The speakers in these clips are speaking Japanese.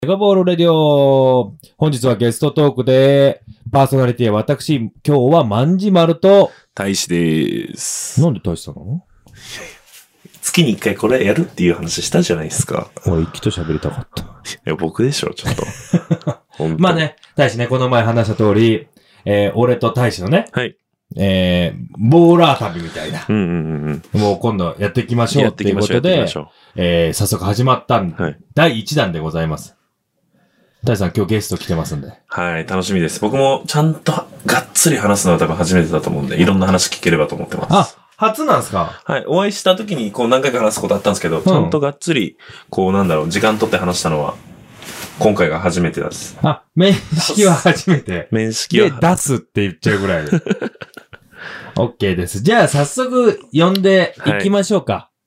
メガボールレディオ。本日はゲストトークで、パーソナリティは私、今日は万事丸と、 大志です。 なんで大志さんなの？ 月に一回これやるっていう話したじゃないですか。 俺、一気と喋りたかった。 いや、僕でしょ、ちょっと。 まあね、大志ね、この前話した通り、俺と大志のね、 はい。 ボーラー旅みたいな。 もう今度やっていきましょうっていうことで、早速始まったんで、はい、第1弾でございます。大志さん今日ゲスト来てますんで。 はい、楽しみです。僕もちゃんとがっつり話すのは多分初めてだと思うんで、いろんな話聞ければと思ってます。 あ、初なんですか？ はい、お会いした時にこう何回か話すことあったんですけど、ちゃんとがっつり、こう時間取って話したのは、今回が初めてです。 あ、面識は初めて。 面識は。 で、出すって言っちゃうぐらいで。OK です。じゃあ早速呼んでいきましょうか。はい、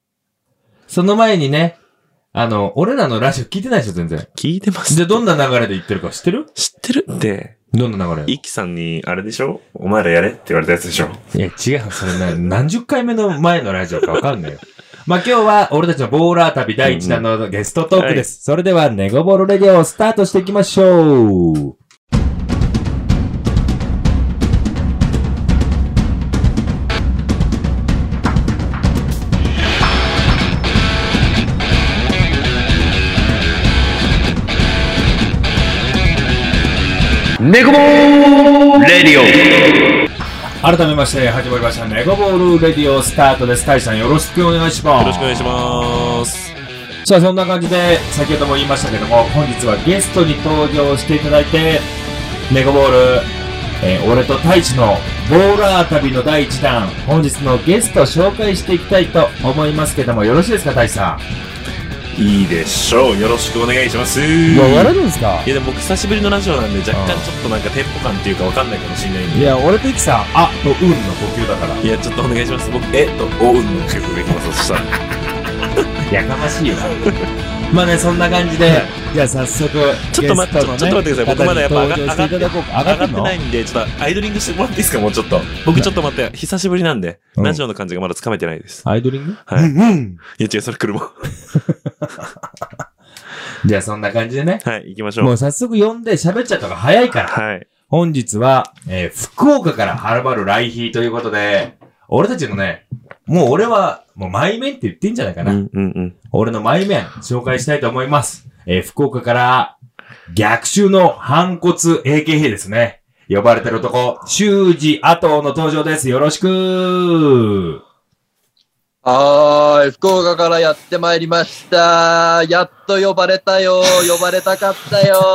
その前にね、俺らのラジオ聞いてないでしょ、全然。 聞いてます。 で、どんな流れで言ってるか知ってる？ 知ってるって。 どんな流れ？ イキさんに、あれでしょ？お前らやれって言われたやつでしょ？ いや、違う。それ何十回目の前のラジオかわかんないよ。まあ、今日は俺たちのボーラー旅第1弾のゲストトークです。はい、それでは、ネゴボールレディオをスタートしていきましょう。ネゴボールレディオ。改めまして始まりましたネゴボールレディオスタートです。大志さんよろしくお願いします。 よろしくお願いします。 さあそんな感じで先ほども言いましたけども、本日はゲストに登場していただいて、ネゴボール、俺と大志のボーラー旅の第1弾、本日のゲストを紹介していきたいと思いますけども、よろしいですか大志さん？ いいでしょう。よろしくお願いします。 笑えるんですか？ いやでも僕久しぶりのラジオなんで若干ちょっとなんかテンポ感っていうかわかんないかもしれないんで。 いや、俺とイキさん、あと運の呼吸だから。 いや、ちょっとお願いします。僕、とお運の呼吸できます。そしたら。 やかましいよ。まあね、そんな感じで、じゃあ早速、 ちょっと待ってください。僕まだやっぱ上がってないんで、ちょっとアイドリングしてもらっていいですか、もうちょっと。僕ちょっと待って、久しぶりなんで、ラジオの感じがまだつかめてないです。 アイドリング？ はい。いや違う、それ車。 じゃあそんな感じでね。 はい、行きましょう。 もう早速呼んで喋っちゃった方が早いから。 はい。 本日は、福岡からはるばる来賓ということで、俺たちのね、もう俺は、もう前面って言っていいんじゃないかな。俺の前面、紹介したいと思います。福岡から、逆襲の反骨 AKA ですね。呼ばれてる男、修二阿藤の登場です。よろしく。 福岡からやってまいりました。やっと呼ばれたよ。呼ばれたかったよ。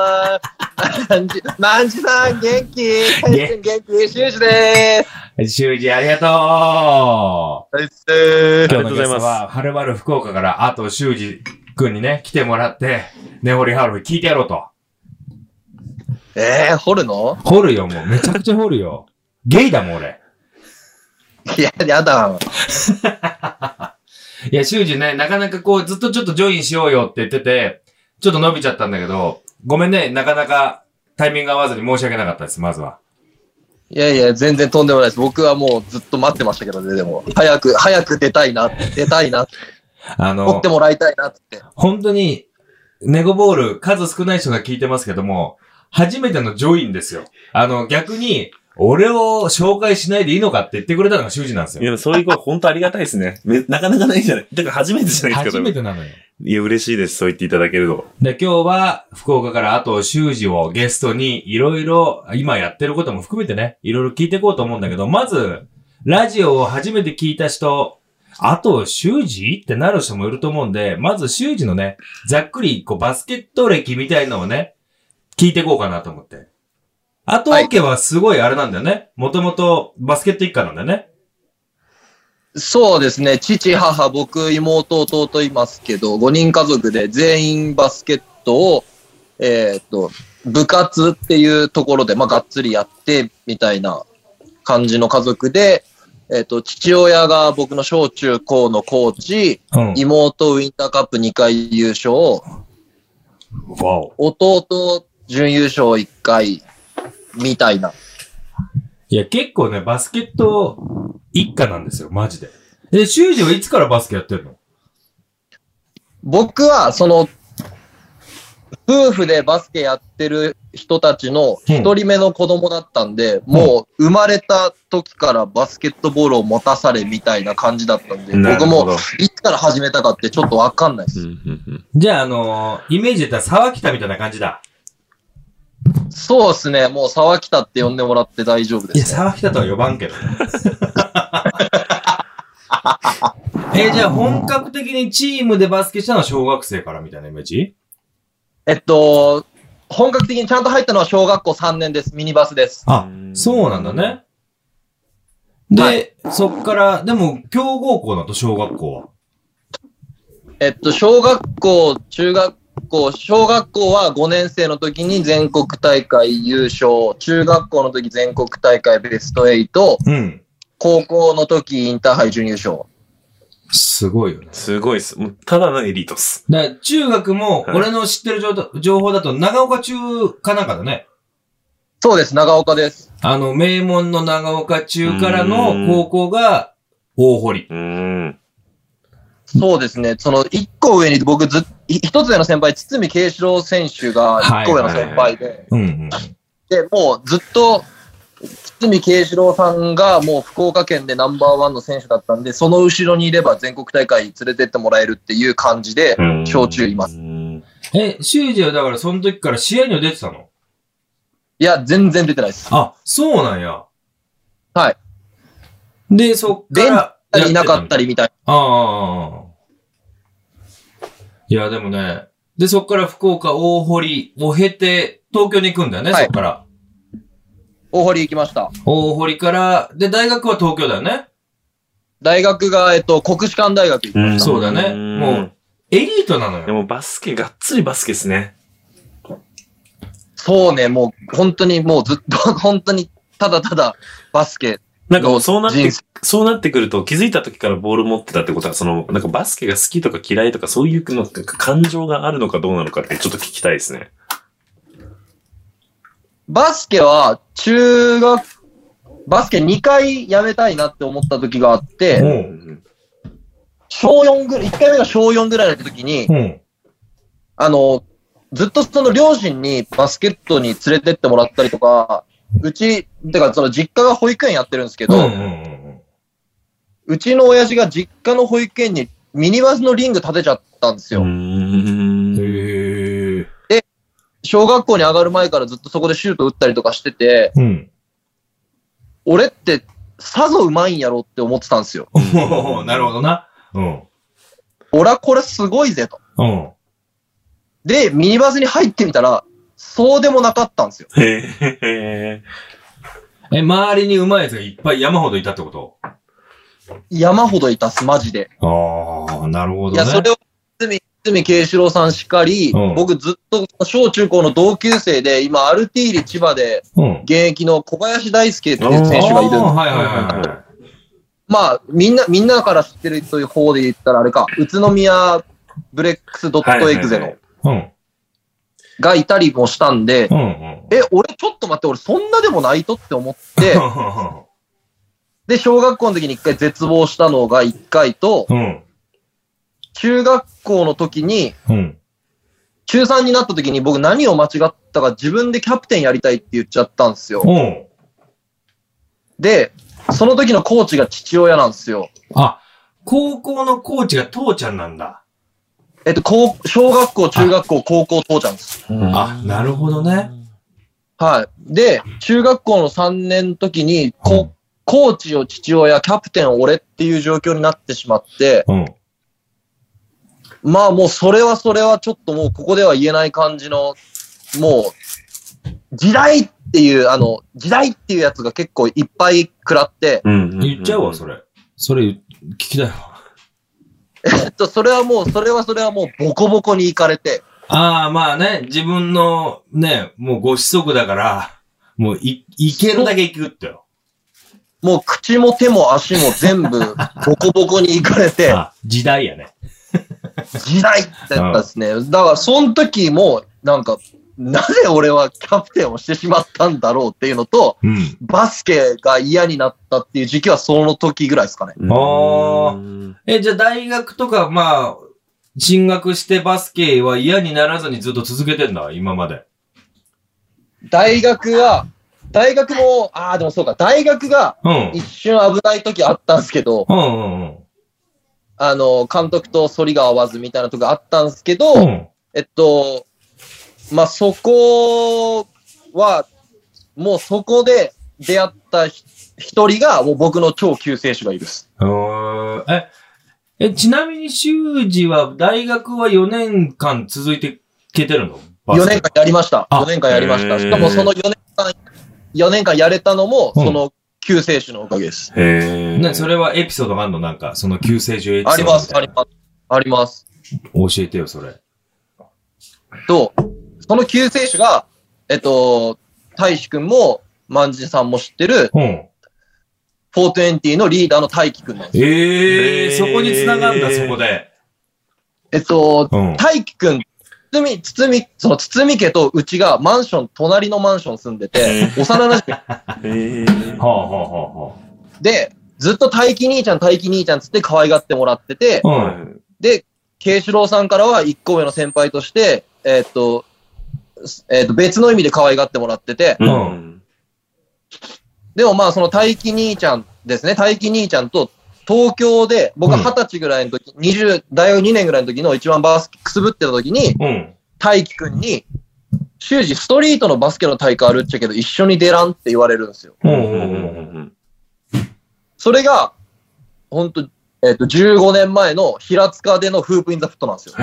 まんじさん、元気？元気、修二でーす。修二ありがとう。今日のゲストは、はるばる福岡から阿藤修二くんにね、来てもらって、根掘り葉掘り聞いてやろうと。 掘るの？ 掘るよ、もう。めちゃくちゃ掘るよ。ゲイだもん、俺。 いや、やだ。 いや、修二ね、なかなかこう、ずっとちょっとジョインしようよって言ってて、ちょっと伸びちゃったんだけど、ごめんね、なかなかタイミング合わずに申し訳なかったです、まずは。 いやいや、全然とんでもないです。僕はもうずっと待ってましたけどね、でも。早く出たいなって。取ってもらいたいなって。 本当に、ネゴボール、数少ない人が聞いてますけども、初めてのジョインですよ。逆に、俺を紹介しないでいいのかって言ってくれたのが修二なんですよ。 いや、そういう子本当ありがたいですね。なかなかないじゃない。だから初めてじゃないですか。 初めてなのよ。 いや、嬉しいです。そう言っていただけると。 で、今日は、福岡からあと修二をゲストに、いろいろ、今やってることも含めてね、いろいろ聞いていこうと思うんだけど、まず、ラジオを初めて聞いた人、あと修二ってなる人もいると思うんで、まず修二のね、ざっくり、バスケット歴みたいのをね、聞いていこうかなと思って。あと家はすごいあれなんだよね。もともとバスケット一家なんだよね。 そうですね。父、母、僕、妹、弟いますけど、5人家族で全員バスケットを、部活っていうところで、がっつりやって、みたいな感じの家族で、父親が僕の小中高のコーチ、妹、ウィンターカップ2回優勝、弟、準優勝1回、みたいな。 いや、結構ね、バスケット一家なんですよ、マジで。で、修二はいつからバスケやってるの？ 僕は、 夫婦でバスケやってる人たちの一人目の子供だったんで、もう生まれた時からバスケットボールを持たされみたいな感じだったんで、僕もいつから始めたかってちょっとわかんないです。 じゃあイメージで言ったら沢北みたいな感じだ。 そうですね。もう沢北って呼んでもらって大丈夫です、ね。 いや、沢北とは呼ばんけどね。じゃあ本格的にチームでバスケしたのは小学生からみたいなイメージ？ 本格的にちゃんと入ったのは小学校3年です。ミニバスです。 あ、そうなんだね。で、はい、そっから、でも、強豪校だと小学校は小学校、中学校、小学校は5年生の時に全国大会優勝、中学校の時全国大会ベスト8、うん、高校の時インターハイ準優勝。 すごいよね。 すごいっす。もうただのエリートっす。 だ中学も、俺の知ってる情報だと、長岡中かなんかだね。 そうです、長岡です。 名門の長岡中からの高校が大堀。 そうですね。その一個上に僕一つ上の先輩、堤慶志郎選手が一個上の先輩で、で、もうずっと、堤慶志郎さんがもう福岡県でナンバーワンの選手だったんで、その後ろにいれば全国大会連れてってもらえるっていう感じで、小中います。 修二はだからその時から試合には出てたの？ いや、全然出てないです。 あ、そうなんや。 はい。 で、そっから。 出たりいなかったりみたいな。 ああ。いや、でもね。で、そっから福岡、大堀を経て、東京に行くんだよね、はい、そっから。 大堀行きました。 大堀から、で、大学は東京だよね。 大学が、国士舘大学行きました。 そうだね。もう、エリートなのよ。 でもバスケ、がっつりバスケですね。 そうね、もう、本当にもうずっと、本当に、ただただ、バスケ。 なんかもうそうなってくると、気づいた時からボール持ってたってことは、なんかバスケが好きとか嫌いとか、そういうの感情があるのかどうなのかってちょっと聞きたいですね。 バスケは、バスケ2回やめたいなって思った時があって、小4ぐらい、1回目が小4ぐらいの時に、ずっとその両親にバスケットに連れてってもらったりとか、てかその実家が保育園やってるんですけど、うちの親父が実家の保育園にミニバスのリング建てちゃったんですよ。で、小学校に上がる前からずっとそこでシュート打ったりとかしてて、俺ってさぞ上手いんやろって思ってたんですよ。 なるほどな。 俺はこれすごいぜと。で、ミニバスに入ってみたら、そうでもなかったんですよ。 周りに上手いやつがいっぱい山ほどいたってこと？ 山ほどいたっす、マジで。 ああ、なるほどね。いや、 それを、堤慶志郎さんしかり、僕ずっと小中高の同級生で、今、アルティーリ千葉で、現役の小林大輔っていう選手がいるんです。まあ、みんなから知ってるという方で言ったら、あれか、宇都宮ブレックスドットエグゼの。がいたりもしたんで、俺ちょっと待って、俺そんなでもないとって思って、で、小学校の時に一回絶望したのが一回と、中学校の時に、中3になった時に僕何を間違ったか自分でキャプテンやりたいって言っちゃったんですよ。で、その時のコーチが父親なんですよ。 あ、高校のコーチが父ちゃんなんだ。 小学校、中学校、高校、父ちゃんです。 あ、なるほどね。 はい。で、中学校の3年の時に、コーチを父親、キャプテン俺っていう状況になってしまって、まあもうそれはちょっともうここでは言えない感じの、もう、時代っていうやつが結構いっぱい食らって。 言っちゃうわ、それ。それ、聞きたいわ。 それはもうボコボコに行かれて。 ああ、まあね、自分のね、もうご子息だから、もういけるだけ行くってよ。 もう口も手も足も全部ボコボコに行かれて。 時代やね。 時代ってやったですね。だからその時も、なんか、なぜ俺はキャプテンをしてしまったんだろうっていうのと、バスケが嫌になったっていう時期はその時ぐらいですかね。 じゃあ大学とか、まあ、 進学してバスケは嫌にならずにずっと続けてんだ、今まで。 大学も、でもそうか、大学が一瞬危ない時あったんですけど、監督と反りが合わずみたいなとこあったんですけど、まあ、そこは、もうそこで出会った一人が、もう僕の超救世主がいるです。 ちなみに修二は大学は4年間続いてけてるの ？4年間やりました。4年間やりました。しかもその4年間やれたのも、その救世主のおかげです。 それはエピソードがあるの？なんか、その救世主エピソード。 あります、あります。あります。 教えてよ、それ。 その救世主が、大志くんも、万次さんも知ってる、420のリーダーの大輝くんなんです。 そこに繋がんだ、そこで。 大輝くん、その堤家とうちが隣のマンション住んでて、幼馴染。で、ずっと大輝兄ちゃんつって可愛がってもらってて、で、慶四郎さんからは1個上の先輩として、別の意味で可愛がってもらってて、でもまあその大輝兄ちゃんですね、大輝兄ちゃんと東京で、僕は20歳ぐらいの時、大学2年ぐらいの時の一番バスケくすぶってた時に、大輝くんに、修二ストリートのバスケの大会あるっちゃけど一緒に出らんって言われるんですよ。それが、ほんと、15年前の平塚でのフープインザフットなんですよ。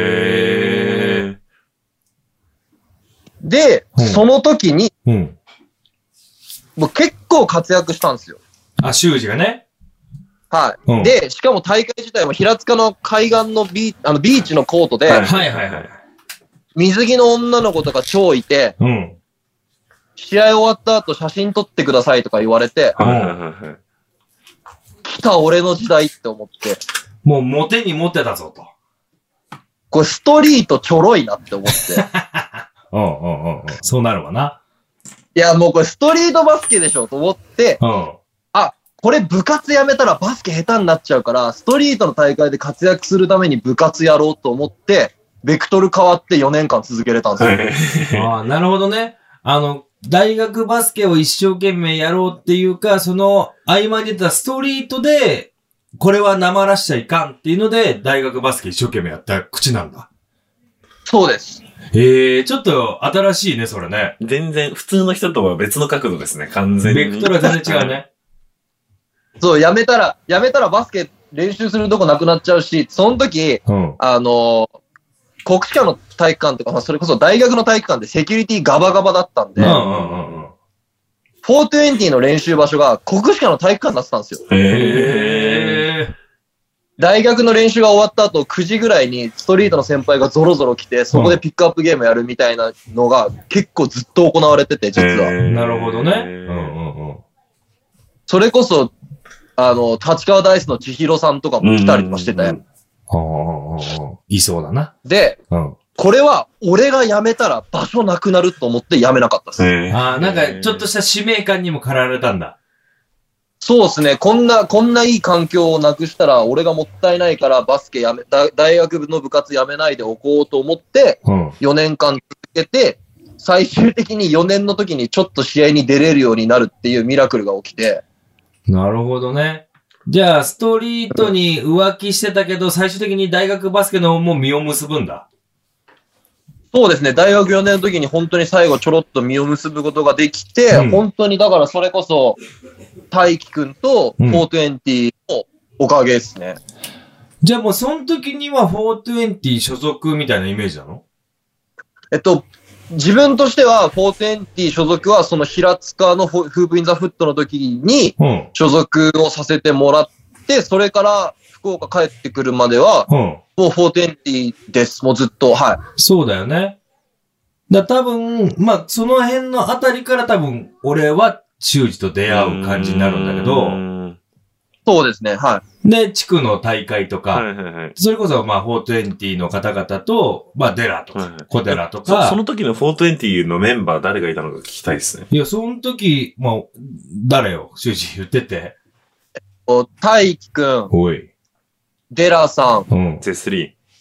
で、その時に、もう結構活躍したんですよ。 修二がね。 はい。で、しかも大会自体も平塚の海岸のビーチのコートで、水着の女の子とか超いて、試合終わった後写真撮ってくださいとか言われて、来た俺の時代って思って。 もうモテにモテたぞと。 これストリートちょろいなって思って。 そうなるわな。 いや、もうこれストリートバスケでしょと思って、これ部活やめたらバスケ下手になっちゃうから、ストリートの大会で活躍するために部活やろうと思って、ベクトル変わって4年間続けれたんですよ。 なるほどね。大学バスケを一生懸命やろうっていうか、その合間に出たストリートで、これはなまらしちゃいかんっていうので、大学バスケ一生懸命やった口なんだ。 そうです。 ちょっと新しいね、それね。 全然、普通の人とは別の角度ですね、完全に。 ベクトルは全然違うね。 そう、やめたらバスケ練習するとこなくなっちゃうし、その時、国士舘の体育館とか、それこそ大学の体育館でセキュリティガバガバだったんで、420の練習場所が国士舘の体育館になってたんですよ。大学の練習が終わった後、9時ぐらいにストリートの先輩がゾロゾロ来て、そこでピックアップゲームやるみたいなのが結構ずっと行われてて、実は。 なるほどね。 それこそ、立川ダイスの千尋さんとかも来たりとかしてたよ。 いそうだな。 で、これは俺が辞めたら場所なくなると思って辞めなかったです。 なんかちょっとした使命感にも駆られたんだ。 そうですね。こんないい環境をなくしたら俺がもったいないからバスケ大学の部活辞めないでおこうと思って、4年間続けて、最終的に4年の時にちょっと試合に出れるようになるっていうミラクルが起きて。 なるほどね。じゃあ、ストリートに浮気してたけど、最終的に大学バスケの方も実を結ぶんだ。 そうですね。大学4年の時に本当に最後ちょろっと実を結ぶことができて、本当にだからそれこそ、大輝くんと420のおかげですね。 じゃあもうその時には420所属みたいなイメージなの？ 自分としては420所属はその平塚のフープインザフットの時に所属をさせてもらって、それから福岡帰ってくるまでは、もう420です。もうずっと、はい。 そうだよね。多分、まあ、その辺のあたりから多分、俺は修二と出会う感じになるんだけど、 そうですね、はい。 で、地区の大会とか、それこそ、まあ、420の方々と、まあ、デラとか、小寺とか。 その時の420のメンバー誰がいたのか聞きたいですね。 いや、その時、まあ、誰よ、修二言ってて。 大輝くん、 おい。 デラさん、 ゼスリー、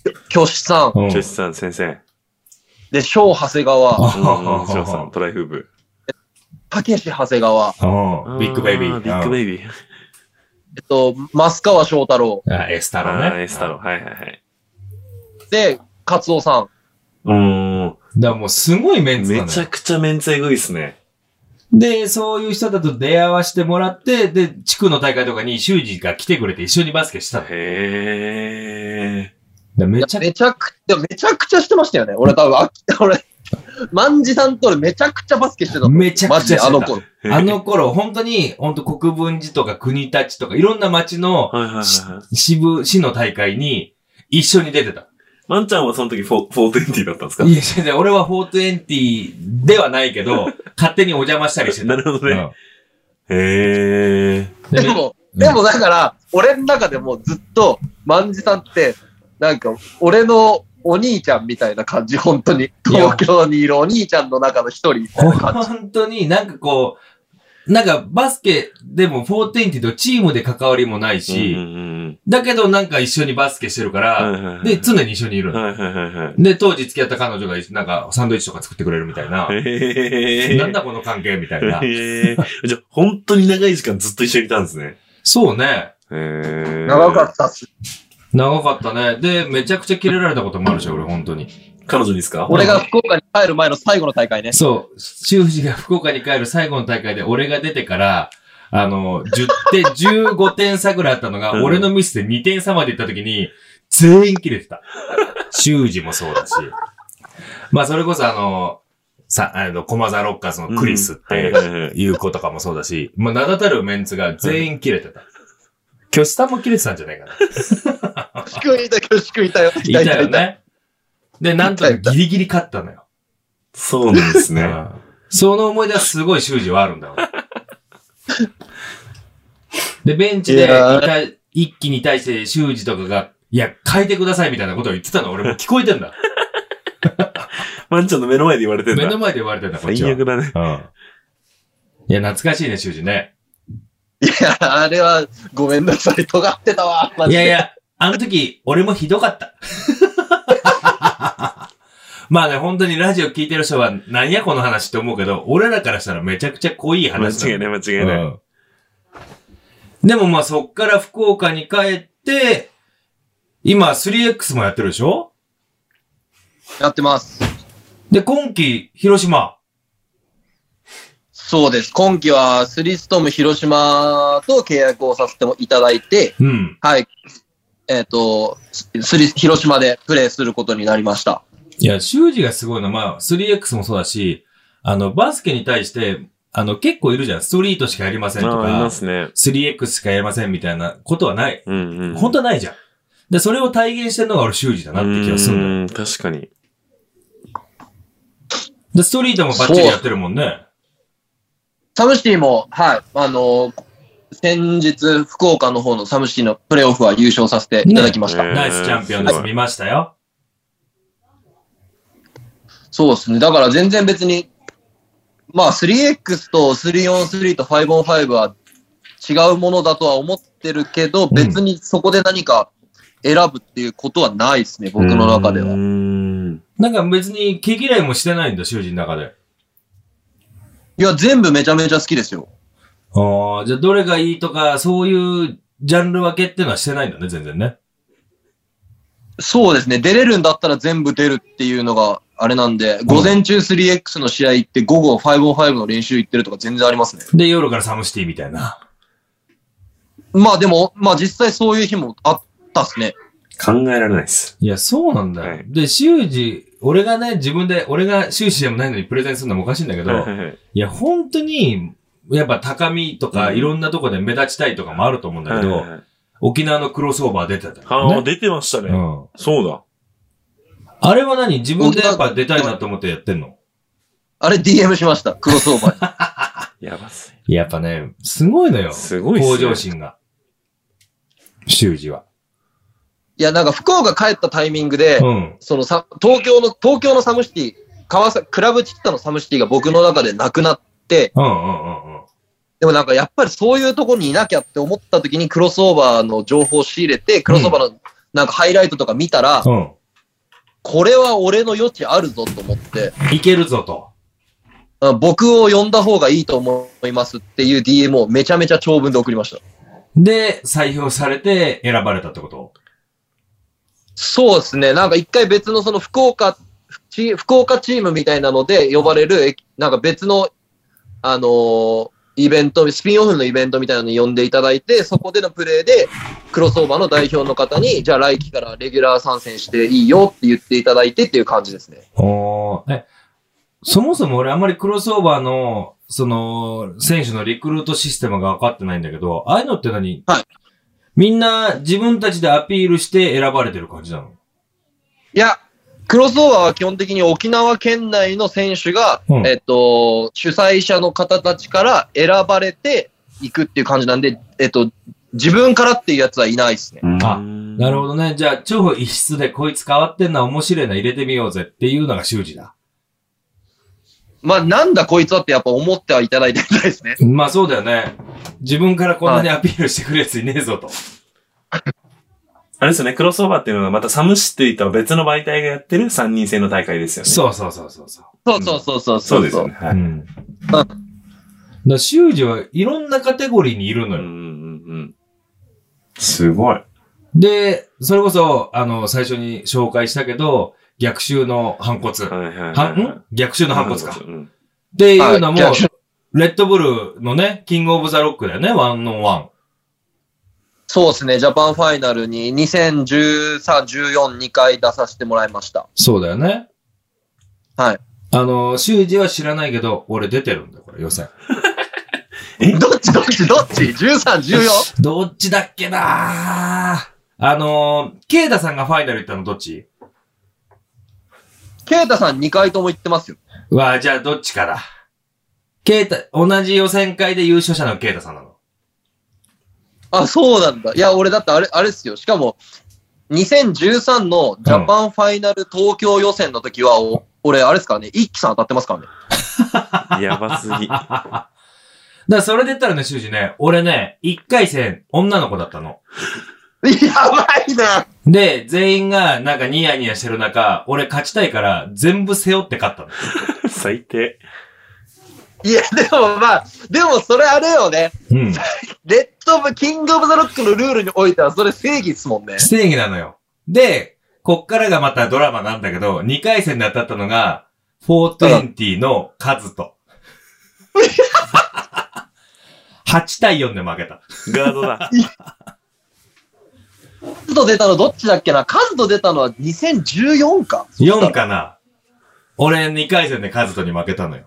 巨子さん。 女子さん先生。 で、翔長谷川。 翔さん、トライフーブ。 たけし長谷川。 ビッグベイビー。 ビッグベイビー。 増川翔太郎。 エスタロね。 エスタロ。はいはいはい。 で、カツオさん。 だからもうすごいメンツなんだよ。 めちゃくちゃメンツエグいっすね。 で、そういう人だと出会わせてもらって、で、地区の大会とかに修二が来てくれて一緒にバスケしたの。 へめちゃくちゃしてましたよね。俺多分、万次さんと俺めちゃくちゃバスケしてた。 めちゃくちゃしてた。 あの頃。 本当に国分寺とか国立とかいろんな町の市の大会に一緒に出てた。 ワンちゃんはその時420だったんですか？ いや、俺は420ではないけど、勝手にお邪魔したりしてた。 なるほどね。へでもだから、俺の中でもずっと、万次さんって、なんか、俺のお兄ちゃんみたいな感じ、本当に。東京にいるお兄ちゃんの中の一人みたいな感じ。 本当にバスケでも420とチームで関わりもないし、だけど一緒にバスケしてるから、で、常に一緒にいるの。で、当時付き合った彼女がサンドイッチとか作ってくれるみたいな。なんだこの関係みたいな。 じゃあ、本当に長い時間ずっと一緒にいたんですね。 そうね。 長かったっす。 長かったね。で、めちゃくちゃキレられたこともあるし、俺本当に。 彼女にですか？ 俺が福岡に帰る前の最後の大会ね。 そう。修二が福岡に帰る最後の大会で俺が出てから、15点差ぐらいあったのが、俺のミスで2点差まで行った時に、全員切れてた。修二もそうだし。まあ、それこそ駒沢ロッカーズのクリスっていう子とかもそうだし、まあ、名だたるメンツが全員切れてた。巨子さんも切れてたんじゃないかな。 巨子くんいたよ。 いたよね。で、なんとかギリギリ勝ったのよ。 そうなんですね。 その思い出はすごい修二はあるんだよ。で、ベンチで一気に対して修二とかが、いや、変えてくださいみたいなことを言ってたの俺も聞こえてんだ。 ワンちゃんの目の前で言われてんだ。 目の前で言われてんだ、こっちは。 最悪だね。 いや、懐かしいね、修二ね。 いや、あれは、ごめんなさい、尖ってたわ。 いや、あの時、俺もひどかった。まあね、本当にラジオ聞いてる人は、何やこの話って思うけど、俺らからしたらめちゃくちゃ濃い話だ。 間違いない。 でもまあそっから福岡に帰って、今 3X もやってるでしょ？ やってます。 で、今季、広島。 そうです。今季はスリストム広島と契約をさせていただいて、はい。広島でプレーすることになりました。 いや、修二がすごいのは、まあ、3X もそうだし、バスケに対して、結構いるじゃん。ストリートしかやりませんとか、 いますね。 3X しかやりませんみたいなことはない。本当はないじゃん。で、それを体現してるのが俺修二だなって気がするんだよ。 確かに。 で、ストリートもバッチリやってるもんね。 サムシティも、はい、先日、福岡の方のサムシティのプレイオフは優勝させていただきました。 ナイスチャンピオンです。見ましたよ。 そうですね。だから全然別に、まあ 3X と 3on3 と 5on5 は違うものだとは思ってるけど、別にそこで何か選ぶっていうことはないですね、僕の中では。 なんか別に毛嫌いもしてないんだ、修二の中で。 いや、全部めちゃめちゃ好きですよ。 ああ、じゃあどれがいいとか、そういうジャンル分けっていうのはしてないんだね、全然ね。 そうですね。出れるんだったら全部出るっていうのがあれなんで、午前中 3X の試合行って午後 5on5 の練習行ってるとか全然ありますね。 で、夜からサムシティみたいな。 まあでも、まあ実際そういう日もあったっすね。 考えられないです。 いや、そうなんだよ。はい、で、修二、俺が修士でもないのにプレゼンするのもおかしいんだけど、いや、本当に、やっぱ高みとかいろんなとこで目立ちたいとかもあると思うんだけど、沖縄のクロスオーバー出てた、ね。 ああ、出てましたね。そうだ。 あれは何？自分でやっぱ出たいなと思ってやってんの？ あれ DM しました。クロスオーバーに。やばすい。やっぱね、すごいのよ。 すごいっすね。 向上心が。修二は。 いや、なんか福岡帰ったタイミングで、その東京のサムシティ、クラブチッタのサムシティが僕の中でなくなって、でもなんかやっぱりそういうところにいなきゃって思った時にクロスオーバーの情報を仕入れて、クロスオーバーのなんかハイライトとか見たら、 うん。 これは俺の余地あるぞと思って、 いけるぞと。 僕を呼んだ方がいいと思いますっていう DM をめちゃめちゃ長文で送りました。 で、採用されて選ばれたってこと？ そうですね。なんか一回別のその福岡チームみたいなので呼ばれる、なんか別の、イベント、スピンオフのイベントみたいなのに呼んでいただいて、そこでのプレーで、クロスオーバーの代表の方に、じゃあ来季からレギュラー参戦していいよって言っていただいてっていう感じですね。 そもそも俺あんまりクロスオーバーの、選手のリクルートシステムが分かってないんだけど、ああいうのって何？ はい。 みんな自分たちでアピールして選ばれてる感じなの？ いや、クロスオーバーは基本的に沖縄県内の選手が、 うん主催者の方たちから選ばれていくっていう感じなんで、自分からっていうやつはいないですね。 あ、なるほどね。じゃあ、超異質でこいつ変わってんな、面白いな、入れてみようぜっていうのが修二だ。 まあ、なんだこいつはってやっぱ思ってはいただいてみたいですね。 まあそうだよね。自分からこんなにアピールしてくるやついねえぞと。 あれですよね、クロスオーバーっていうのはまたサムシティとは別の媒体がやってる3人制の大会ですよね。 そう。 そう。 そうですよね。はい。 だから修二はいろんなカテゴリーにいるのよ。 すごい。 で、それこそ、最初に紹介したけど、逆襲の反骨。逆襲の反骨か。っていうのも、レッドブルのね、キングオブザロックだよね、ワンオンワン。 そうですね、ジャパンファイナルに2013、14、2回出させてもらいました。 そうだよね。 はい。 修二は知らないけど、俺出てるんだよ、これ、予選。 どっち ?13、14? どっちだっけなケイタさんがファイナル行ったのどっち？ ケイタさん2回とも行ってますよ。 じゃあどっちかだ。同じ予選会で優勝者のケイタさんなの。 あ、そうなんだ。いや、俺だってあれっすよ。しかも、2013のジャパンファイナル東京予選の時は、俺、あれですからね、一輝さん当たってますからね。 やばすぎ。 だからそれで言ったらね、修二ね、俺ね、1回戦、女の子だったの。 やばいな。 で、全員がなんかニヤニヤしてる中、俺勝ちたいから全部背負って勝ったの。 最低。 いや、でもそれあれよね。 うん。 キングオブザロックのルールにおいてはそれ正義っすもんね。 正義なのよ。で、こっからがまたドラマなんだけど、2回戦で当たったのが、420のカズと。8対4で負けた。 ガードだ。 カズと出たのどっちだっけな？カズと出たのは2014か ?4 かな？俺2回戦でカズとに負けたのよ。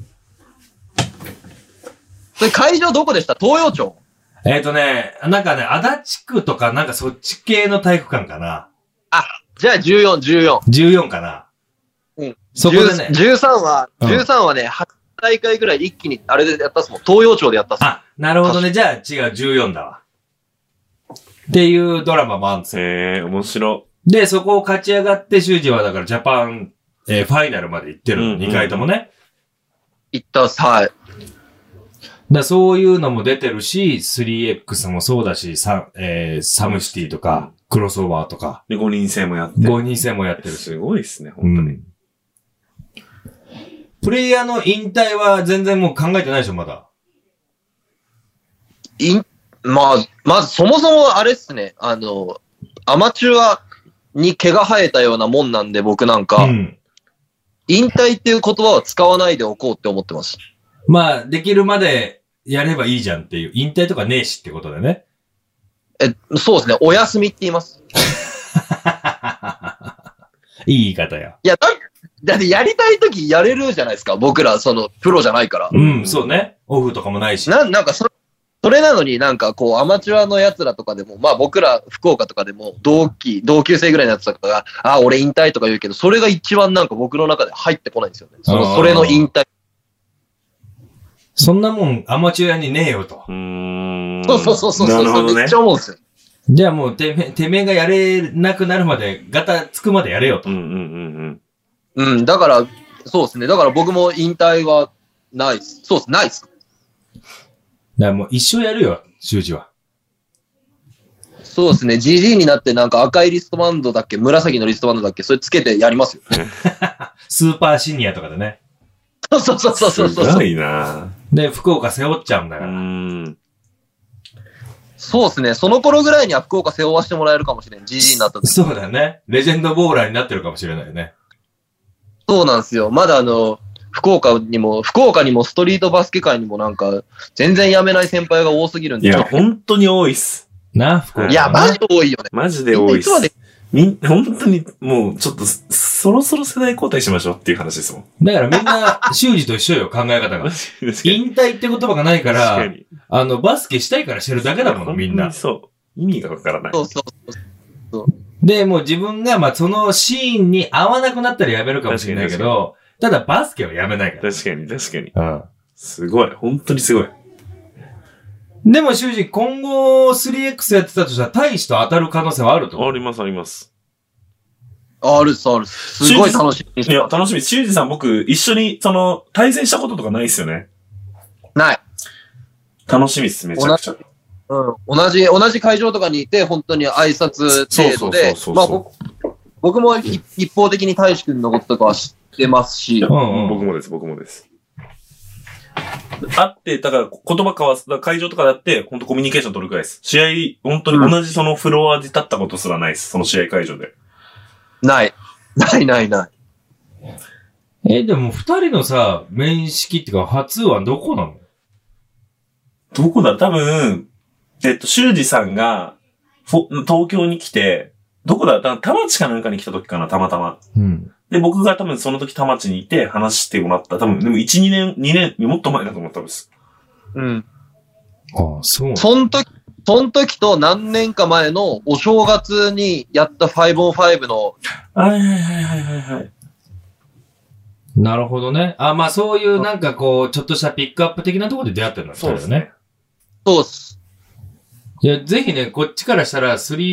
それ会場どこでした？東洋町？ なんかね、足立区とかなんかそっち系の体育館かな。 あ、じゃあ14。 14かな。 うん。 そこでね。 13はね、8大会ぐらい一気にあれでやったっすもん。東洋町でやったっすもん。 あ、なるほどね。じゃあ違う、14だわ。っていうドラマもあるんですよ。 面白。 で、そこを勝ち上がって、修二はだからジャパン、ファイナルまで行ってる。2回ともね。 行ったっす、はい。 そういうのも出てるし、3X もそうだし、サムシティとか、クロスオーバーとか。 で、5人制もやって。 5人制もやってる。 すごいですね、本当に。 プレイヤーの引退は全然もう考えてないでしょ、まだ。 まずそもそもあれっすね、アマチュアに毛が生えたようなもんなんで、僕なんか、引退っていう言葉は使わないでおこうって思ってます。 まあ、できるまでやればいいじゃんっていう、引退とかねえしってことだね。 そうですね、お休みって言います。 いい言い方や。 いや、だってやりたいときやれるじゃないですか、僕ら、プロじゃないから。 うん、そうね。オフとかもないし。 なんかそれなのになんかこう、アマチュアの奴らとかでも、まあ僕ら福岡とかでも同級生ぐらいのやつとかが、俺引退とか言うけど、それが一番なんか僕の中で入ってこないんですよね。それの引退。 そんなもんアマチュアにねえよと。 そう。なるほどね。めっちゃ思うんですよ。 じゃあもうてめえがやれなくなるまで、ガタつくまでやれよと。 だから、そうですね。だから僕も引退はないっす。そうっす、ないっす。 だからもう一生やるよ、修二は。 そうですね。GG になってなんか赤いリストバンドだっけ、紫のリストバンドだっけ、それつけてやりますよ。 スーパーシニアとかでね。 そうそうそうそうそう。 すごいなで、福岡背負っちゃうんだうから。 ん。 そうですね。その頃ぐらいには福岡背負わせてもらえるかもしれん。GG になった時。 そうだよね。レジェンドボーラーになってるかもしれないよね。 そうなんですよ。まだ福岡にもストリートバスケ界にもなんか、全然辞めない先輩が多すぎるんで。 いや、本当に多いっす。 な、福岡。 いや、マジ多いよね。 マジで多いっす。 みんな本当に、もう、ちょっと、そろそろ世代交代しましょうっていう話ですもん。 だからみんな、修二と一緒よ、考え方が。引退って言葉がないから、 確かにバスケしたいからしてるだけだもん、みんな。 そう。意味がわからない。 そうそうそう。 で、もう自分が、まあ、そのシーンに合わなくなったらやめるかもしれないけど、ただバスケはやめないから。 確かに、確かに。 うん。 すごい。本当にすごい。 でも、修二、今後 3X やってたとしたら、大使と当たる可能性はあると思う。 あります、あります。 あるっす、あるっす。すごい楽しみにしていや、 ます。 楽しみ。修二さん、僕、一緒に、対戦したこととかないっすよね。 ない。 楽しみっす、めちゃくちゃ。 うん。同じ会場とかにいて、本当に挨拶程度で、まあ僕も一方的に大志くんのこととかは知ってますし、 うんうん。 僕もです、僕もです。会って、だから言葉交わす、会場とかだって、本当コミュニケーション取るくらいです。試合、本当に同じそのフロアで立ったことすらないです。その試合会場で。 ない。ない。 でも二人のさ、面識っていうか、初はどこなの？ どこだ多分、修二さんが、東京に来て、どこだ田町かなんかに来た時かな、たまたま。 うん。 で、僕が多分その時田町にいて話してもらった。多分、でも1、2年、もっと前だと思ったんです。 うん。 ああ、そう。 その時と何年か前のお正月にやった 5on5 の、 はい。 なるほどね。あ、まあそういうなんかこう、ちょっとしたピックアップ的なところで出会ってるんだそうですね。 そうっす。 いや、ぜひね、こっちからしたら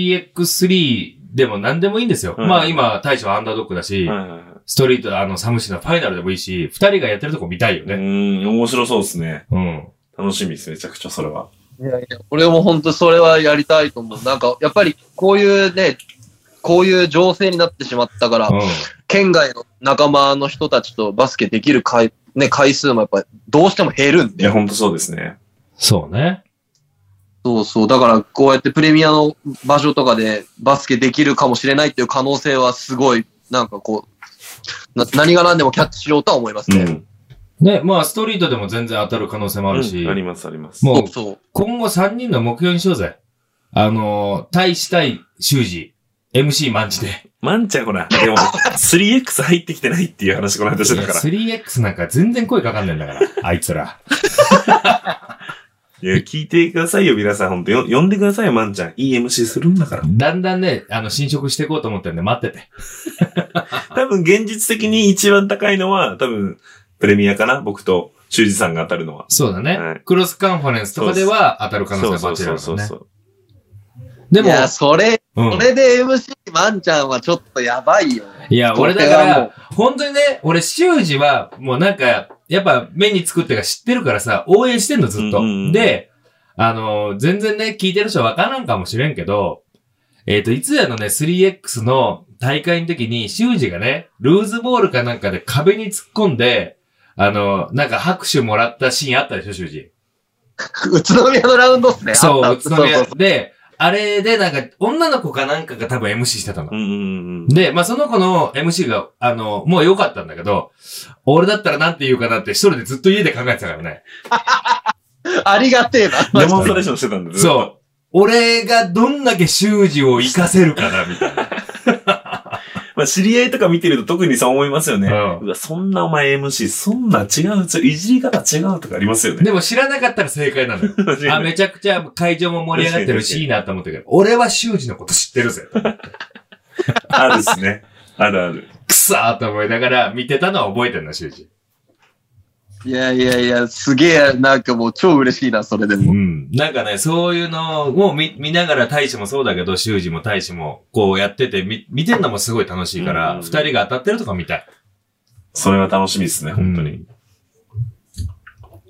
3x3 でも何でもいいんですよ。 うんまあ今、大将アンダードックだし、 はい。 ストリート、サムシのファイナルでもいいし、二人がやってるとこ見たいよね。 面白そうですね。 うん。 楽しみです、めちゃくちゃそれは。 いやいや、俺も本当それはやりたいと思う。なんか、やっぱりこういう情勢になってしまったから、 うん。 県外の仲間の人たちとバスケできる回数もやっぱりどうしても減るんでいや、。ほんとそうですね。 そうね。 そうそう。だから、こうやってプレミアの場所とかでバスケできるかもしれないっていう可能性はすごい、なんかこう、何が何でもキャッチしようとは思いますね。 ね、まあストリートでも全然当たる可能性もあるし、 あります、あります。 もうそう。 今後3人の目標にしようぜ。対したい修二、MC マンチで。 マンちゃんほら、でも、3X 入ってきてないっていう話この間してたから。 3X なんか全然声かかんねえんだから、あいつら。 いや、聞いてくださいよ、皆さん。ほんと、呼んでくださいよ、マンちゃん。いい MC するんだから。 だんだんね、侵食していこうと思ってるんで待ってて。 多分、現実的に一番高いのは、多分、プレミアかな僕と、修二さんが当たるのは。 そうだね。 はいクロスカンファレンスとかでは当たる可能性がバチェラーだね。 そう。 でも、 いや、それで MC ワンちゃんはちょっとやばいよ。 いや、俺だかこれはもら、本当にね、俺、修二は、もうなんか、やっぱ目につくっていうか知ってるからさ、応援してんのずっと。 うんうんうんで、全然ね、聞いてる人はわからんかもしれんけど、いつやのね、3X の大会の時に、修二がね、ルーズボールかなんかで壁に突っ込んで、なんか拍手もらったシーンあったでしょ、修二。 宇都宮のラウンドっすね。 そう、 あった宇都宮そうそうで、あれでなんか、女の子かなんかが多分 MC してたの。 うん。 で、まあ、その子の MC が、もう良かったんだけど、俺だったらなんて言うかなって一人でずっと家で考えてたからね。 ありがてえな。 デモンストレーションしてたんで、ずっとそう。俺がどんだけ習字を活かせるかな、みたいな。 まあ、知り合いとか見てると特にそう思いますよね。 うんうわ、そんなお前 MC、そんな違う、いじり方違うとかありますよね。 でも知らなかったら正解なのよ。あ、めちゃくちゃ会場も盛り上がってるし、いいなと思ったけど、俺は習字のこと知ってるぜ。 あるっすね。あるある。 くそーと思いながら見てたのは覚えてるの、習字。 いや、すげえ、なんかもう超嬉しいな、それでも。 なんかね、そういうのを見ながら大使もそうだけど、修二も大使もこうやってて、見てんのもすごい楽しいから、二人が当たってるとか見たい。 それは楽しみですね、本当に。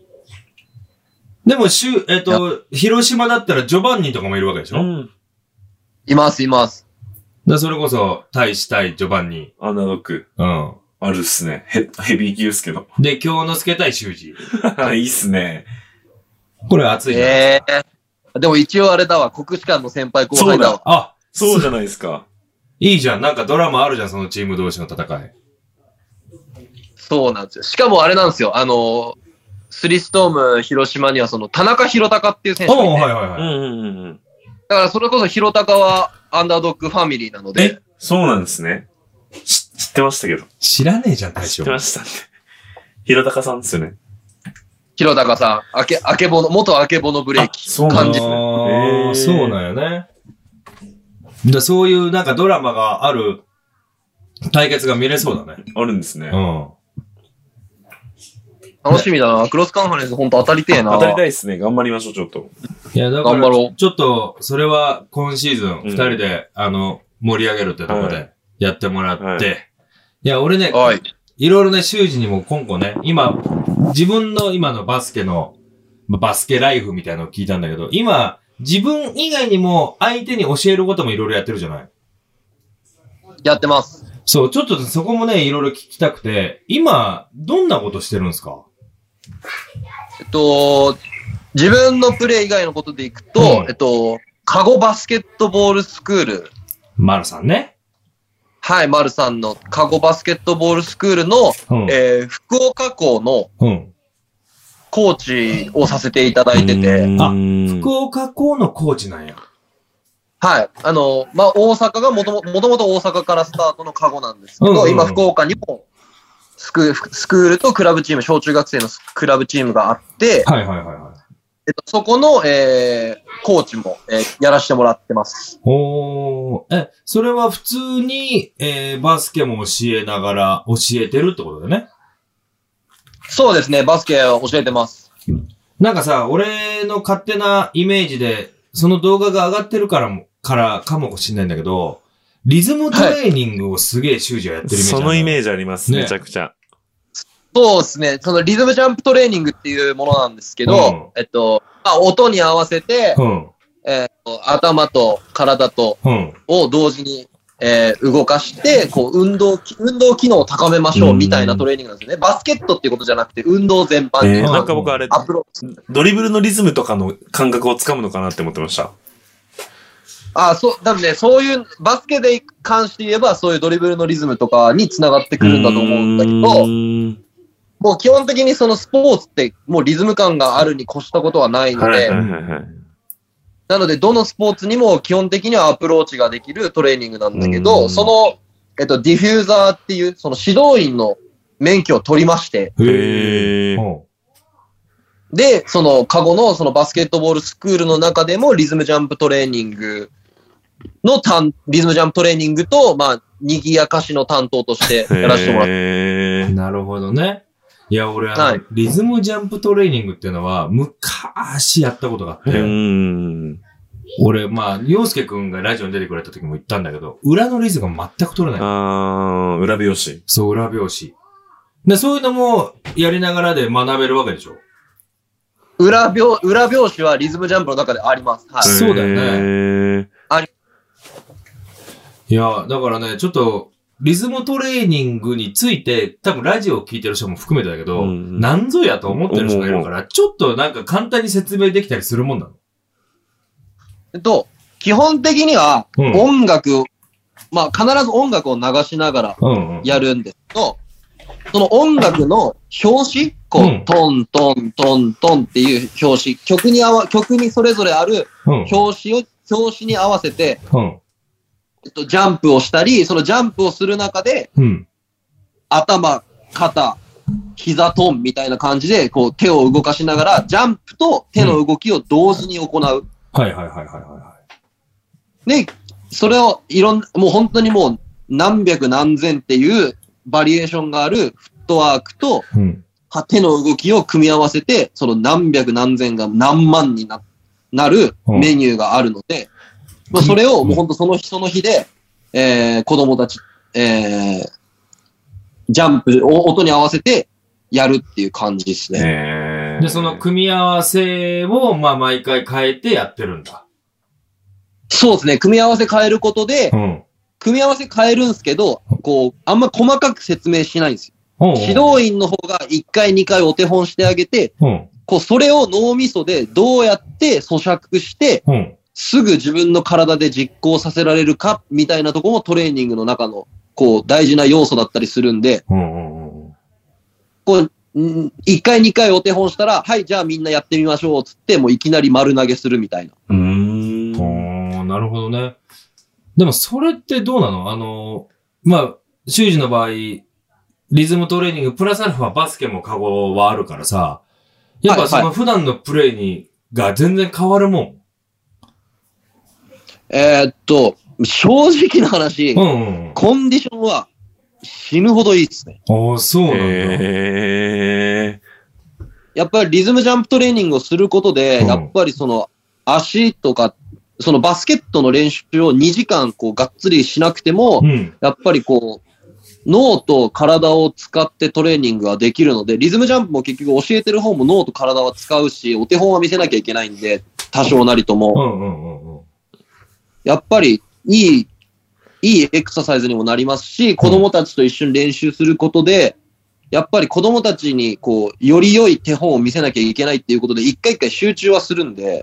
でも、広島だったらジョバンニとかもいるわけでしょ。 います、います。 それこそ、対ジョバンニ。 アナロク。 うん。 あるっすね。ヘビー級っすけど。 で、京之助対修二。 いいっすね。 これ熱いじゃないですか。でも一応あれだわ、国士舘の先輩後輩だわ。 あ、 そうじゃないですか。 いいじゃん。なんかドラマあるじゃん、そのチーム同士の戦い。 そうなんですよ。しかもあれなんですよ。スリーストーム広島にはその田中宏隆っていう選手がいて。 はいはいはい。 だからそれこそ宏隆はアンダードッグファミリーなので。 そうなんですね。知ってましたけど。 知らねえじゃん、大将。 知ってましたね。宏隆さんですよね。 宏隆さん、元あけぼのブレーキ。 そうなんですね。 そうなんよね。そういうなんかドラマがある対決が見れそうだね。 あるんですね。 うん。 楽しみだな。クロスカンファレンスほんと当たりてえな。 当たりたいですね。頑張りましょう、ちょっと。 いや、だから、ちょっと、それは今シーズン、二人で、盛り上げるってとこでやってもらって。いや、俺ね、いろいろね、修二にも今後ね、自分の今のバスケライフみたいなのを聞いたんだけど、今、自分以外にも相手に教えることもいろいろやってるじゃない？ やってます。 そう、ちょっとそこもね、いろいろ聞きたくて、今、どんなことしてるんですか？ 自分のプレー以外のことでいくと、カゴバスケットボールスクール。 丸さんね。 はい、丸さんのカゴバスケットボールスクールの、福岡校の、コーチをさせていただいてて。 福岡校のコーチなんや。 はい。大阪がもともと大阪からスタートのカゴなんですけど、今福岡にもスクールとクラブチーム、小中学生のクラブチームがあって、そこの、コーチも、やらせてもらってます。 それは普通に、バスケも教えながら教えてるってことだね。 そうですね、バスケを教えてます。 なんかさ、俺の勝手なイメージで、その動画が上がってるからかもしれないんだけど、リズムトレーニングをすげえ修二はやってるイメージそのイメージあります、めちゃくちゃ。 そうですね、そのリズムジャンプトレーニングっていうものなんですけど、音に合わせて、頭と体と、を同時に、動かして、こう、運動機能を高めましょうみたいなトレーニングなんですよね。バスケットっていうことじゃなくて、運動全般に。 なんか僕あれ、ドリブルのリズムとかの感覚をつかむのかなって思ってました。 多分ね、そういう、バスケで関して言えば、そういうドリブルのリズムとかに繋がってくるんだと思うんだけど、もう基本的にそのスポーツって、もうリズム感があるに越したことはないので、なので、どのスポーツにも基本的にはアプローチができるトレーニングなんだけど、その、ディフューザーっていう、その指導員の免許を取りまして、で、その、カゴのそのバスケットボールスクールの中でもリズムジャンプトレーニングリズムジャンプトレーニングと、賑やかしの担当としてやらせてもらって。 なるほどね。いや、俺リズムジャンプトレーニングっていうのは、昔やったことがあって、俺、洋介くんがラジオに出てくれた時も言ったんだけど、裏のリズムが全く取れない。 裏拍子。 そう、裏拍子。で、そういうのもやりながらで学べるわけでしょ？ 裏拍子はリズムジャンプの中であります。はい。 そうだよね。いや、だからね、ちょっと、リズムトレーニングについて、多分ラジオを聞いてる人も含めてだけど、なんぞやと思ってる人がいるから、ちょっとなんか簡単に説明できたりするもんなの？基本的には、音楽、必ず音楽を流しながらやるんですけど、その音楽の表紙、トントントントンっていう表紙、曲にそれぞれある表紙に合わせて、ジャンプをしたり、そのジャンプをする中で、頭、肩、膝トンみたいな感じで、こう手を動かしながら、ジャンプと手の動きを同時に行う。で、それをもう本当にもう何百何千っていうバリエーションがあるフットワークと、手の動きを組み合わせて、その何百何千が何万になるメニューがあるので、それをもう本当その日で、子供たち、ジャンプを音に合わせてやるっていう感じですね。 で、その組み合わせを、毎回変えてやってるんだ。 そうですね。組み合わせ変えることで、組み合わせ変えるんですけど、こう、あんま細かく説明しないんですよ。指導員の方が1回2回お手本してあげて、こう、それを脳みそでどうやって咀嚼して、すぐ自分の体で実行させられるか、みたいなところもトレーニングの中の、こう、大事な要素だったりするんで、こう、1回2回お手本したら、はい、じゃあみんなやってみましょう、つって、もういきなり丸投げするみたいな。 なるほどね。でもそれってどうなの？まあ、修二の場合、リズムトレーニングプラスアルファバスケも過去はあるからさ、やっぱその普段のプレイが全然変わるもん。 正直な話、コンディションは死ぬほどいいですね。 ああ、そうなんだ。 やっぱりリズムジャンプトレーニングをすることで、やっぱりその足とか、そのバスケットの練習を2時間こうがっつりしなくても、やっぱりこう、脳と体を使ってトレーニングができるので、リズムジャンプも結局教えてる方も脳と体は使うし、お手本は見せなきゃいけないんで、多少なりとも。やっぱりいいエクササイズにもなりますし、子供たちと一緒に練習することで、やっぱり子供たちにこう、より良い手本を見せなきゃいけないっていうことで、一回一回集中はするんで、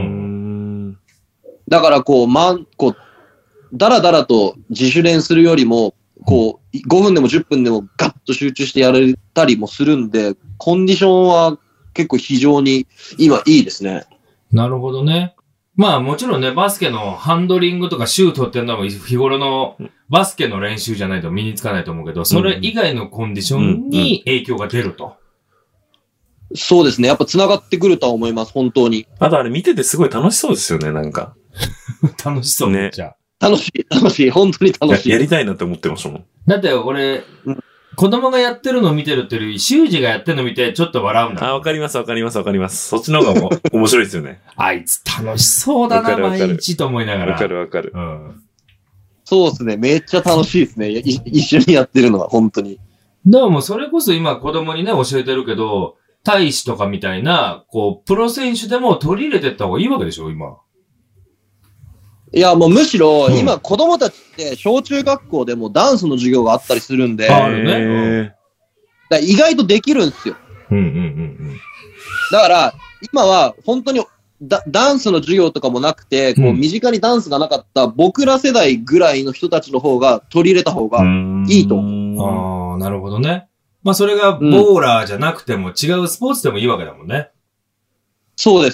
だからこう、だらだらと自主練するよりも、こう、5分でも10分でもガッと集中してやれたりもするんで、コンディションは結構非常に今いいですね。 なるほどね。まあもちろんね、バスケのハンドリングとかシュートっていうのは日頃のバスケの練習じゃないと身につかないと思うけど、それ以外のコンディションに影響が出ると。 そうですね。やっぱ繋がってくるとは思います、本当に。 あとあれ見ててすごい楽しそうですよね、なんか。 楽しそうね。じゃあ。楽しい。本当に楽しい。 やりたいなって思ってましたもん。 だって俺、子供がやってるのを見てるっていうより、修二がやってるのを見てちょっと笑うんだ。 わかります。そっちの方がもう面白いですよね。 あいつ楽しそうだな、毎日と思いながら。 わかる。 そうですね。めっちゃ楽しいですね。一緒にやってるのは、本当に。 だからもうそれこそ今子供にね、教えてるけど、大使とかみたいな、こう、プロ選手でも取り入れてった方がいいわけでしょ、今。 いや、もうむしろ、今子供たちって小中学校でもダンスの授業があったりするんで、 あるね。 だ意外とできるんですよ。だから、今は本当にダンスの授業とかもなくて、こう身近にダンスがなかった僕ら世代ぐらいの人たちの方が取り入れた方がいいと思う。 ああ、なるほどね。まあそれがボーラーじゃなくても違うスポーツでもいいわけだもんね。 そうです。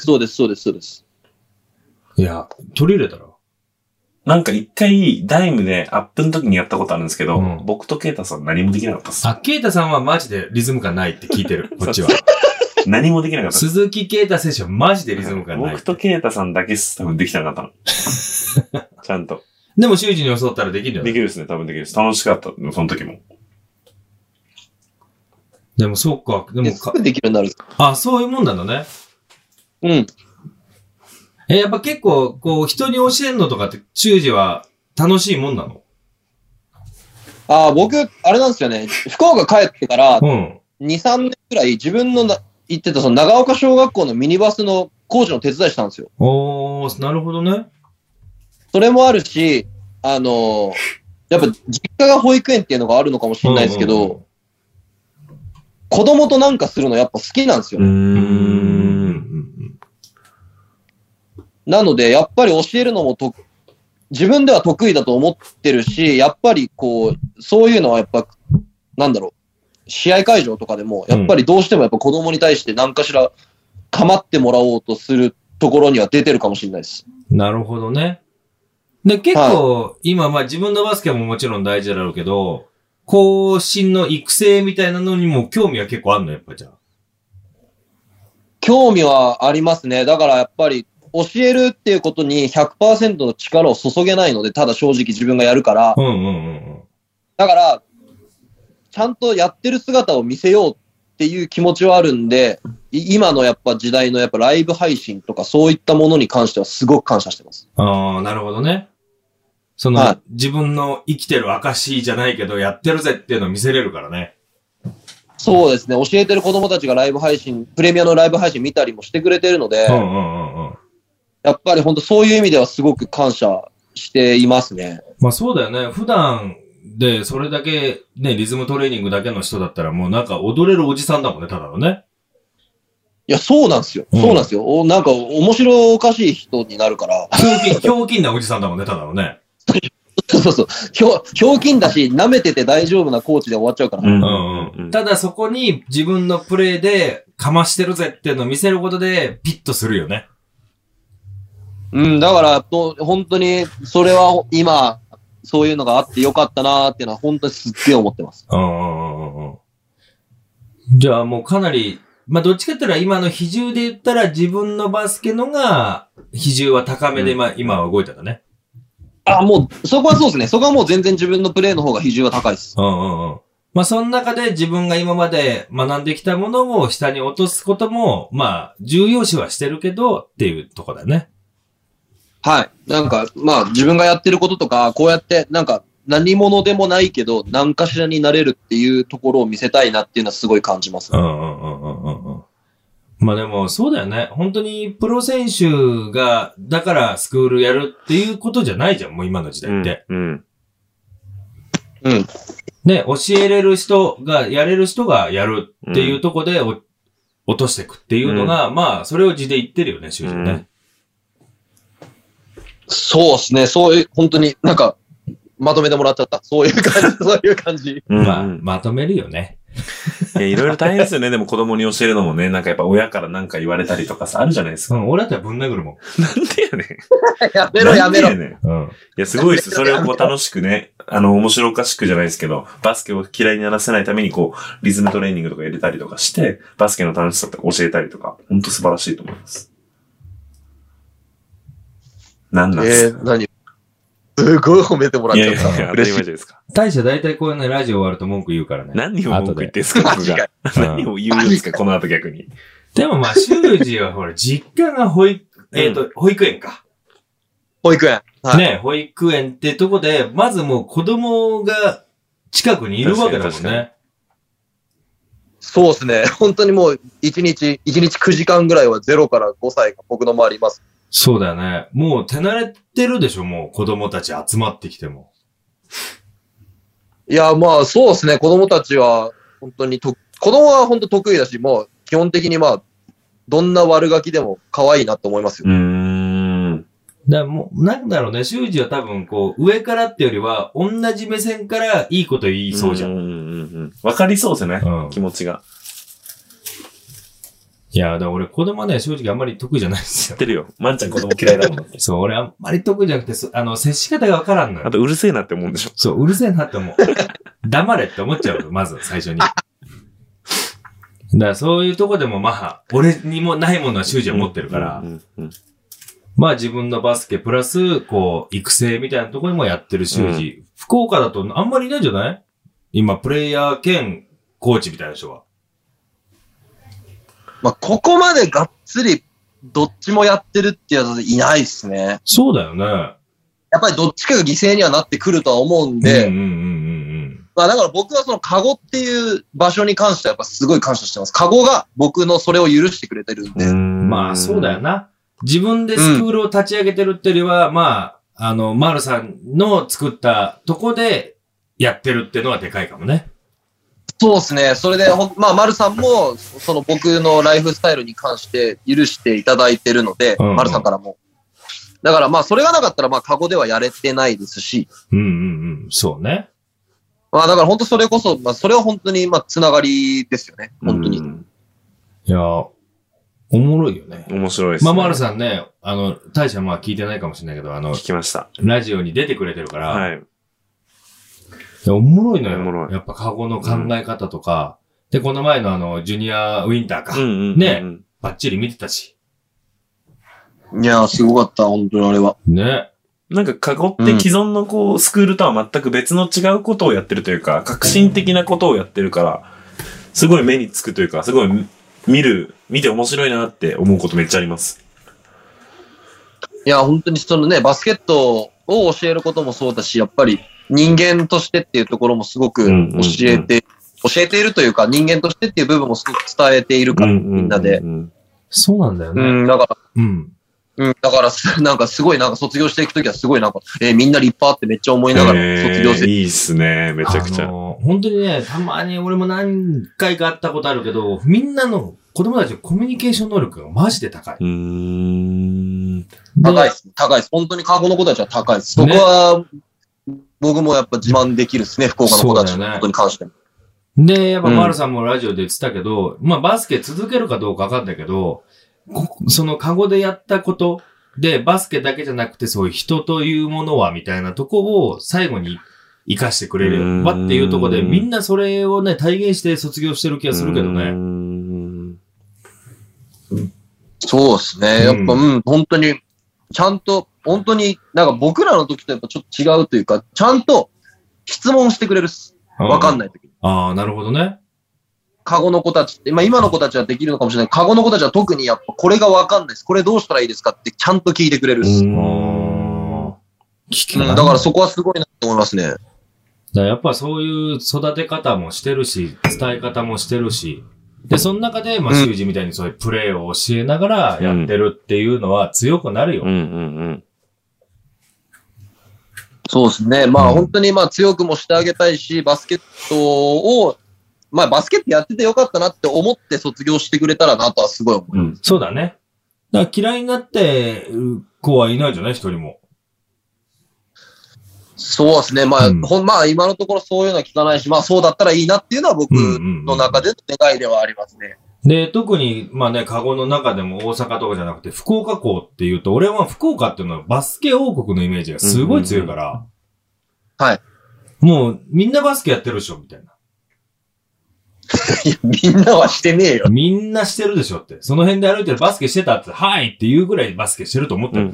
いや、取り入れたらなんか一回、ダイムでアップの時にやったことあるんですけど、僕とケイタさん何もできなかったっす。 ケイタさんはマジでリズム感ないって聞いてる、こっちは。 何もできなかった。 鈴木ケイタ選手はマジでリズム感ない。 僕とケイタさんだけ多分できなかったの。ちゃんと。 でも修二に教わったらできるよね。 できるですね、多分できるです。楽しかった、その時も。 でもそうか、でもすぐできるようになる。 あ、そういうもんなんだね。やっぱ結構、こう、人に教えるのとかって、修二は楽しいもんなの？ 僕、あれなんですよね。福岡帰ってから、2、3年くらい自分の行ってたその長岡小学校のミニバスのコーチの手伝いしたんですよ。 なるほどね。 それもあるし、やっぱ実家が保育園っていうのがあるのかもしれないですけど、子供となんかするのやっぱ好きなんですよね。なので、やっぱり教えるのも自分では得意だと思ってるし、やっぱりこう、そういうのはやっぱ、試合会場とかでも、やっぱりどうしてもやっぱ子供に対して何かしら構ってもらおうとするところには出てるかもしれないです。 なるほどね。で、結構、今、自分のバスケももちろん大事だろうけど、後進の育成みたいなのにも興味は結構あるの、やっぱじゃあ。 興味はありますね。だからやっぱり、教えるっていうことに 100% の力を注げないので、ただ正直自分がやるから。だから、ちゃんとやってる姿を見せようっていう気持ちはあるんで、今のやっぱ時代のやっぱライブ配信とかそういったものに関してはすごく感謝してます。 なるほどね。自分の生きてる証じゃないけど、やってるぜっていうのを見せれるからね。 そうですね。教えてる子供たちがライブ配信、プレミアのライブ配信見たりもしてくれてるので、 やっぱり本当そういう意味ではすごく感謝していますね。 まあそうだよね。普段でそれだけね、リズムトレーニングだけの人だったらもうなんか踊れるおじさんだもんね、ただのね。 いや、そうなんですよ。そうなんですよ。なんか面白おかしい人になるから。 ひょうきんなおじさんだもんね、ただのね。 そうそう。ひょうきんだし、舐めてて大丈夫なコーチで終わっちゃうから。 ただそこに自分のプレーでかましてるぜっていうのを見せることでピッとするよね。 だから本当にそれは今、そういうのがあってよかったなーっていうのは本当にすっげえ思ってます。 じゃあもうかなり、まあどっちかって言ったら今の比重で言ったら自分のバスケのが比重は高めで今は動いたんだね。 もう、そこはそうですね。そこはもう全然自分のプレーの方が比重は高いです。 まあその中で自分が今まで学んできたものを下に落とすことも、まあ重要視はしてるけどっていうところだね。 はい。なんか、まあ自分がやってることとか、こうやってなんか何者でもないけど何かしらになれるっていうところを見せたいなっていうのはすごい感じます。 まあでもそうだよね。本当にプロ選手がだからスクールやるっていうことじゃないじゃん。もう今の時代って。ね、教えれる人が、やれる人がやるっていうとこで落としていくっていうのが、まあそれを字で言ってるよね、修士ね。そうですね。そういう、本当になんか、まとめてもらっちゃった。そういう感じ、そういう感じ。まとめるよね。 いろいろ大変ですよね。でも子供に教えるのもね、なんかやっぱ親からなんか言われたりとかさ、あるじゃないですか。 俺だったらぶん殴るもん。 なんでやねん。 やめろやめろ。 いや、すごいです。それをこう楽しくね、面白おかしくじゃないですけど、バスケを嫌いにならせないためにこう、リズムトレーニングとか入れたりとかして、バスケの楽しさとか教えたりとか、ほんと素晴らしいと思います。なんですか何すごい褒めてもらっちゃった。 いや当たり前じゃないですか。 大社大体こういうね、ラジオ終わると文句言うからね。 何を文句言ってんすか、僕が。何を言うんですか、この後逆に。 でもまあ、修士はほら、実家が保育園か。 保育園。 ね、保育園ってとこで、まずもう子供が近くにいるわけだもんね。 そうですね。本当にもう1日9時間ぐらいは0から5歳が僕の周りいます。 そうだよね。もう手慣れてるでしょ、もう子供たち集まってきても。いや、まあそうですね。子供たちは本当に子供は本当得意だし、もう基本的にまあ、どんな悪ガキでも可愛いなと思いますよ。 もう、なんだろうね、修士は多分こう、上からってよりは、同じ目線からいいこと言いそうじゃん。 わかりそうですね、気持ちが。 いや、だから俺子供はね、正直あんまり得意じゃないですよ。 知ってるよ。まんちゃん子供嫌いだもん。 そう、俺あんまり得意じゃなくて、接し方がわからんのよ。 あとうるせえなって思うんでしょ。 そう、うるせえなって思う。黙れって思っちゃうよ、まず最初に。だからそういうとこでもまあ、俺にもないものは修士は持ってるから、まあ自分のバスケプラス、こう、育成みたいなところにもやってる修士。福岡だとあんまりいないんじゃない今、プレイヤー兼コーチみたいな人は。まあ、ここまでがっつりどっちもやってるってやついないですね。そうだよね。やっぱりどっちかが犠牲にはなってくるとは思うんで、まあだから僕はそのカゴっていう場所に関してはやっぱすごい感謝してます。カゴが僕のそれを許してくれてるんで。まあそうだよな。自分でスクールを立ち上げてるっていうよりは、まあ、マルさんの作ったとこでやってるっていうのはでかいかもね。そうですね。それで、まあ、丸さんも、その僕のライフスタイルに関して許していただいてるので、丸さんからも。だからまあ、それがなかったら、まあ、過去ではやれてないですし。そうね。まあ、だから本当それこそ、まあ、それは本当に、まあ、つながりですよね。本当に。いや、おもろいよね。面白いですね。まあ、丸さんね、大社まあ聞いてないかもしれないけど、聞きました。ラジオに出てくれてるから。はい。いや、おもろいのよ。やっぱカゴの考え方とか。で、この前のジュニアウィンターか。ね。バッチリ見てたし。いや、すごかった、本当にあれは。ね。なんかカゴって既存のこう、スクールとは全く別の違うことをやってるというか、革新的なことをやってるから、すごい目につくというか、すごい見て面白いなって思うことめっちゃあります。いや、本当にそのね、バスケットを教えることもそうだし、やっぱり、人間としてっていうところもすごく教えているというか、人間としてっていう部分もすごく伝えているから、みんなで。そうなんだよね。だから、 うん、だから、なんかすごいなんか卒業していくときはすごいなんか、みんな立派ってめっちゃ思いながら卒業して、 いいっすね、めちゃくちゃ。 本当にね、たまに俺も何回か会ったことあるけど、みんなの子供たちのコミュニケーション能力がマジで高い。 高いです。高いです。本当に過去の子たちは高いです。そこは、僕もやっぱ自慢できるですね、福岡の子たちのことに関して。 で、やっぱ丸さんもラジオで言ってたけど、まあバスケ続けるかどうかわかんないけど、そのカゴでやったことで、バスケだけじゃなくてそういう人というものはみたいなとこを最後に活かしてくれるわっていうところで、みんなそれをね、体現して卒業してる気がするけどね。 そうですね。やっぱ、本当に、ちゃんと、本当に、なんか僕らの時とやっぱちょっと違うというか、ちゃんと質問してくれるっす。わかんない時に。 ああ、なるほどね。 カゴの子たちって、まあ今の子たちはできるのかもしれない。カゴの子たちは特にやっぱこれがわかんないです。これどうしたらいいですかってちゃんと聞いてくれるっす。だからそこはすごいなと思いますね。 やっぱそういう育て方もしてるし、伝え方もしてるし、で、その中で、まあ、修二みたいにそういうプレーを教えながらやってるっていうのは強くなるよ。 そうですね。まあ本当にまあ強くもしてあげたいし、バスケットを、まあバスケットやっててよかったなって思って卒業してくれたらなとはすごい思う。 そうだね。だから嫌いになって子はいないじゃない、一人も。 そうですね。まあ、まあ今のところそういうのは聞かないし、まあそうだったらいいなっていうのは僕の中での願いではありますね。 で、特に、まあね、カゴの中でも大阪とかじゃなくて、福岡校っていうと、俺は福岡っていうのはバスケ王国のイメージがすごい強いから、 はい。 もう、みんなバスケやってるでしょ、みたいな。 いや、みんなはしてねえよ。 みんなしてるでしょって。その辺で歩いてるバスケしてたって、はいっていうぐらいバスケしてると思ってる。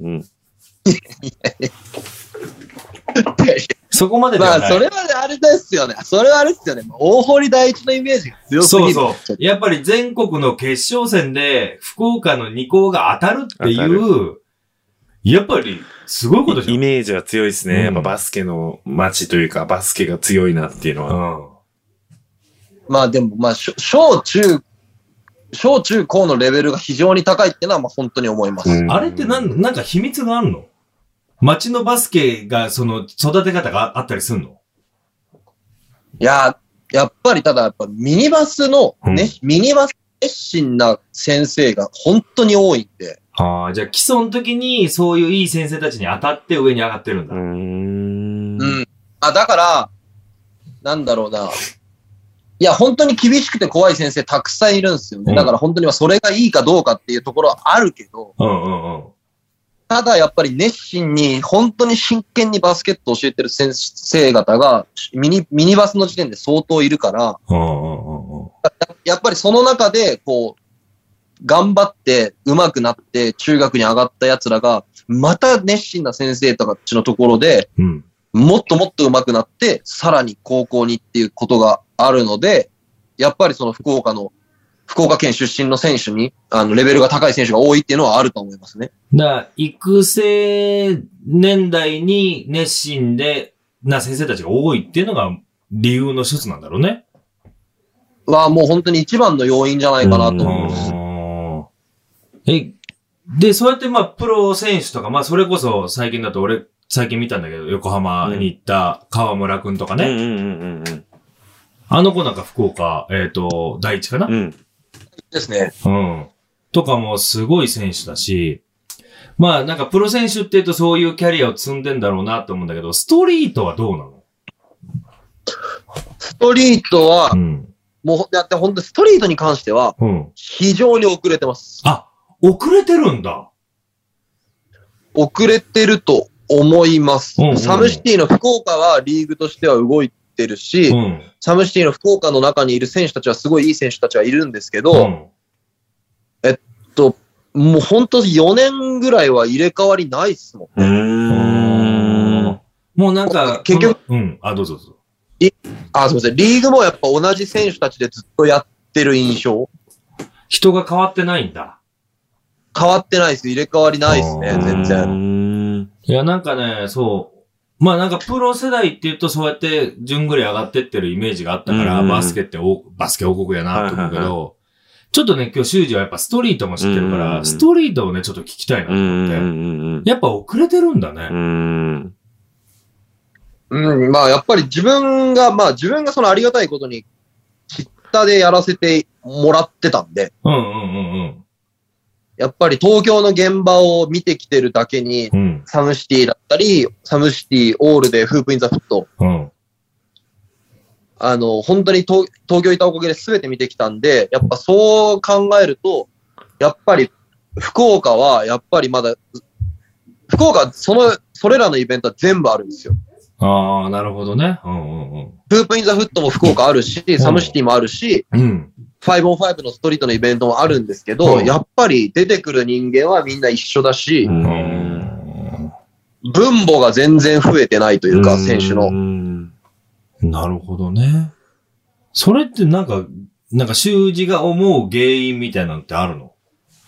そこまでではない。 まあ、それはあれですよね。それはあれですよね。大堀第一のイメージが強すぎる。 そうそう。やっぱり全国の決勝戦で福岡の2校が当たるっていう、やっぱりすごいことじゃん。 イメージは強いですね。やっぱバスケの街というか、バスケが強いなっていうのは。 まあでも、まあ、小中高のレベルが非常に高いっていうのは、まあ本当に思います。 あれってなんか秘密があるの？街のバスケが、その、育て方があったりすんの？ いや、やっぱりただ、やっぱミニバスのね、ミニバス熱心な先生が本当に多いんで。 ああ、じゃあ基礎の時にそういういい先生たちに当たって上に上がってるんだ。 だから、なんだろうな。いや、本当に厳しくて怖い先生たくさんいるんですよね。だから本当にそれがいいかどうかっていうところはあるけど。ただやっぱり熱心に、本当に真剣にバスケットを教えてる先生方がミニバスの時点で相当いるから、やっぱりその中で、こう、頑張って上手くなって中学に上がった奴らが、また熱心な先生たちのところで、もっともっと上手くなって、さらに高校にっていうことがあるので、やっぱりその福岡県出身の選手に、レベルが高い選手が多いっていうのはあると思いますね。 育成年代に熱心な先生たちが多いっていうのが理由の一つなんだろうね。 もう本当に一番の要因じゃないかなと思います。 で、そうやってプロ選手とか、それこそ最近だと俺、最近見たんだけど、横浜に行った河村くんとかね。あの子なんか福岡、第一かな？ ですね。 とかもすごい選手だし、なんかプロ選手って言うとそういうキャリアを積んでんだろうなと思うんだけど、ストリートはどうなの？ ストリートは、もう、だって本当ストリートに関しては、非常に遅れてます。 遅れてるんだ。 遅れてると思います。サムシティの福岡はリーグとしては動いてるし、サムシティの福岡の中にいる選手たちはすごいいい選手たちはいるんですけど、もう本当4年ぐらいは入れ替わりないっすもん。 もうなんか、 結局、 どうぞどうぞ。 すみません。リーグもやっぱ同じ選手たちでずっとやってる印象。 人が変わってないんだ。 変わってないです。入れ替わりないですね、全然。 いや、なんかね、そう。なんかプロ世代って言うとそうやって順繰り上がってってるイメージがあったから、バスケ王国やなと思うけど、 ちょっとね、今日修二はやっぱストリートも知ってるから、ストリートをね、ちょっと聞きたいなと思って。やっぱ遅れてるんだね。 まあやっぱり自分がそのありがたいことに、キッタでやらせてもらってたんで、やっぱり東京の現場を見てきてるだけに、サムシティだったり、サムシティオールでフープインザフット、本当に東京いたおかげで全て見てきたんで、やっぱそう考えると、やっぱり福岡は、やっぱりまだ、福岡、それらのイベントは全部あるんですよ。 ああ、なるほどね。 フープインザフットも福岡あるし、サムシティもあるし、5on5 のストリートのイベントもあるんですけど、やっぱり出てくる人間はみんな一緒だし、分母が全然増えてないというか、選手の。 なるほどね。それってなんか修二が思う原因みたいなのってあるの？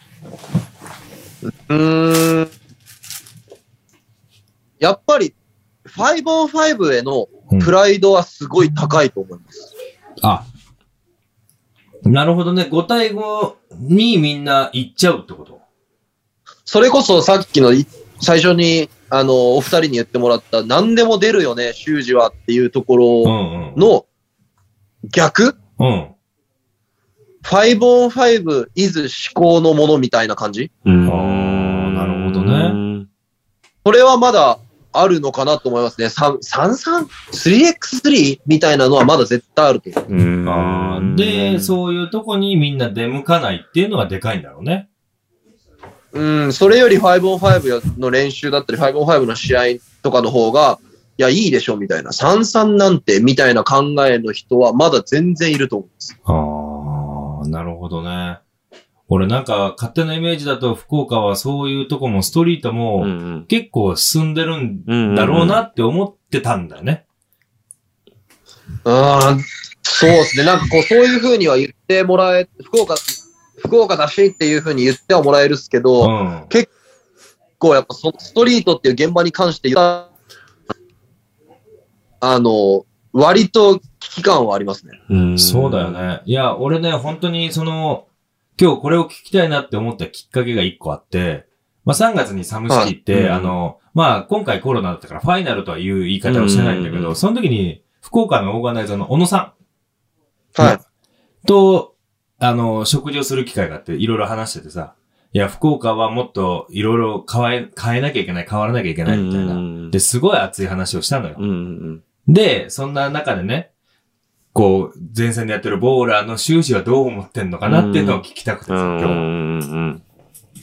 やっぱり 5on5 へのプライドはすごい高いと思います。 あ、なるほどね。5対5にみんな行っちゃうってこと？ それこそさっきの最初にお二人に言ってもらった何でも出るよね、修二はっていうところの逆、5on5 is 思考のものみたいな感じ。 なるほどね。 それはまだあるのかなと思いますね。3x3 みたいなのはまだ絶対あると思う。で、そういうとこにみんな出向かないっていうのがでかいんだろうね。 それより 5on5 の練習だったり、5on5 の試合とかの方が、いや、いいでしょ、みたいな。3-3なんて、みたいな考えの人は、まだ全然いると思うんです。 なるほどね。俺なんか、勝手なイメージだと、福岡はそういうとこも、ストリートも、結構進んでるんだろうなって思ってたんだよね。 そうですね。なんかこう、そういう風には言ってもら福岡だしっていう風に言ってはもらえるっすけど、結構やっぱストリートっていう現場に関して言った割と危機感はありますね。 そうだよね。いや、俺ね、本当に今日これを聞きたいなって思ったきっかけが一個あって、3月にサムシティって、今回コロナだったからファイナルとはいう言い方をしてないんだけど、その時に福岡のオーガナイザーの小野さん。と、食事をする機会があって、いろいろ話しててさ、いや、福岡はもっといろいろ変えなきゃいけない、変わらなきゃいけないみたいな。で、すごい熱い話をしたのよ。で、そんな中でね、こう、前線でやってるボーラーの修士はどう思ってんのかなっていうのを聞きたくてさ、今日。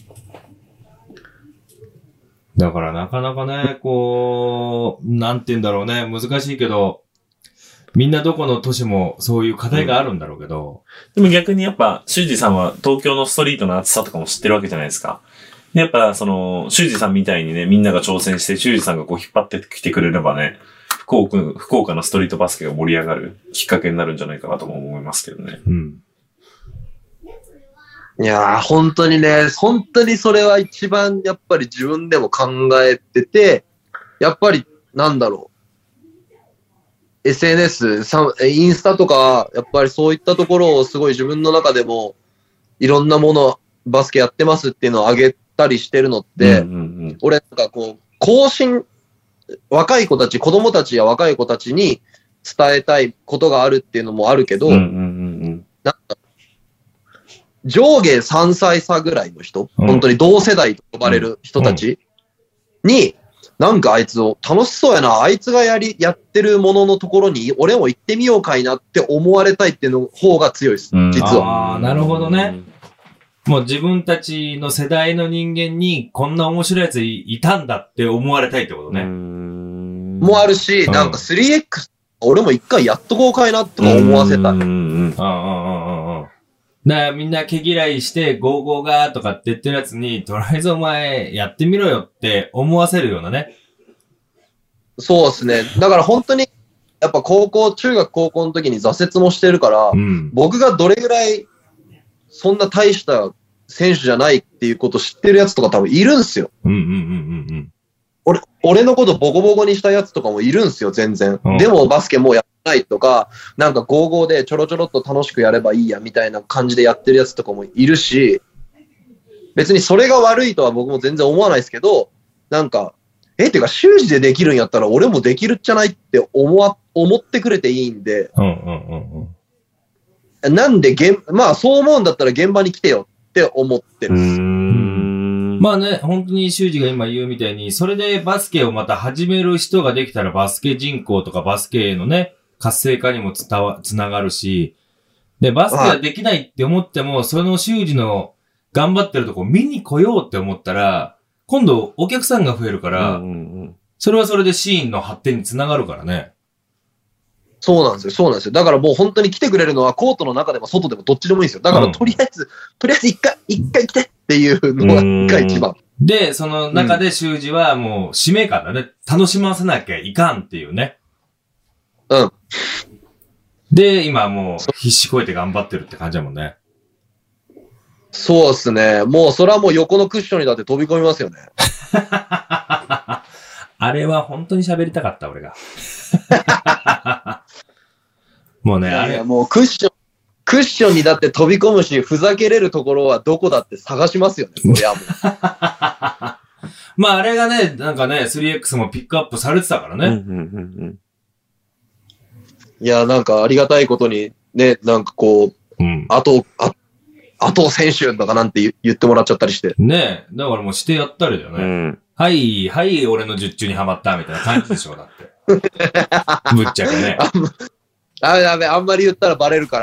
だからなかなかね、こう、なんて言うんだろうね、難しいけど、みんなどこの都市もそういう課題があるんだろうけど。 でも逆にやっぱ、修二さんは東京のストリートの暑さとかも知ってるわけじゃないですか。でやっぱ修二さんみたいにね、みんなが挑戦して、修二さんがこう引っ張ってきてくれればね、福岡のストリートバスケが盛り上がるきっかけになるんじゃないかなとも思いますけどね。 いやー、本当にね、本当にそれは一番やっぱり自分でも考えてて、やっぱりなんだろう。SNS、インスタとか、やっぱりそういったところをすごい自分の中でも、いろんなもの、バスケやってますっていうのを上げたりしてるのって、俺なんかこう、若い子たち、子供たちや若い子たちに伝えたいことがあるっていうのもあるけど、なんか上下3歳差ぐらいの人、本当に同世代と呼ばれる人たちに、なんかあいつを楽しそうやな、あいつがやってるもののところに俺も行ってみようかいなって思われたいっていうの方が強いです、実は。 ああ、なるほどね。もう自分たちの世代の人間にこんな面白いやついたんだって思われたいってことね。 もあるし、なんか 3X、俺も一回やっとこうかいなって思わせたい。 だからみんな毛嫌いしてゴーゴーガーとかって言ってるやつに、とりあえずお前やってみろよって思わせるようなね。 そうですね。だから本当に、やっぱ中学高校の時に挫折もしてるから、僕がどれぐらいそんな大した選手じゃないっていうこと知ってるやつとか多分いるんすよ。俺のことボコボコにしたやつとかもいるんすよ、全然。でもバスケもうやってないとか、なんか55でちょろちょろっと楽しくやればいいやみたいな感じでやってるやつとかもいるし、別にそれが悪いとは僕も全然思わないですけど、なんか、てか習字でできるんやったら俺もできるっちゃないって思ってくれていいんで、なんでまあそう思うんだったら現場に来てよって思ってる。 まあね、本当に修二が今言うみたいに、それでバスケをまた始める人ができたらバスケ人口とかバスケのね、活性化にもつながるし、で、バスケができないって思っても、その修二の頑張ってるとこ見に来ようって思ったら、今度お客さんが増えるから、それはそれでシーンの発展につながるからね。 そうなんですよ、そうなんですよ。だからもう本当に来てくれるのはコートの中でも外でもどっちでもいいんですよ。だからとりあえず一回来てっていうのが一番。 で、その中で修二はもう使命感だね。楽しませなきゃいかんっていうね。 うん。 で、今もう必死こいて頑張ってるって感じだもんね。 そうですね。もうそれはもう横のクッションにだって飛び込みますよね。 あれは本当に喋りたかった、俺が。もうね、あれ。 もうクッションにだって飛び込むし、ふざけれるところはどこだって探しますよね、そりゃもう。 まああれがね、なんかね、3X もピックアップされてたからね。 いや、なんかありがたいことに、ね、なんかこう、あと選手とかなんて言ってもらっちゃったりして。 ねえ、だからもうしてやったりだよね。はい、俺の術中にはまった、みたいな感じでしょ、だって。ぶっちゃけね。 やべ、あんまり言ったらバレるから。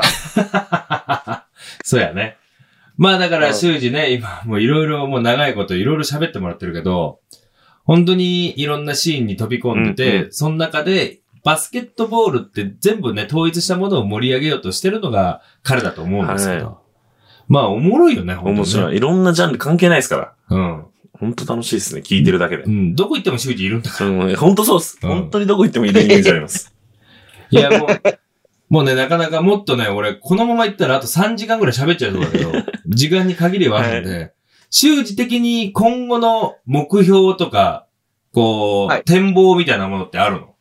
そうやね。まあだから、修二ね、今もういろいろもう長いこといろいろ喋ってもらってるけど、本当にいろんなシーンに飛び込んでて、その中でバスケットボールって全部ね、統一したものを盛り上げようとしてるのが彼だと思うんですけど。まあおもろいよね、本当に、ね。 面白い。いろんなジャンル関係ないですから。 うん。 本当楽しいですね。聞いてるだけで。 どこ行っても修二いるんだから。 本当そうです。本当にどこ行ってもいるイメージあります。 いや、もうね、なかなかもっとね、俺、このまま行ったらあと3時間ぐらい喋っちゃうとだけど、時間に限りはあるんで、修二的に今後の目標とか、こう、展望みたいなものってあるの？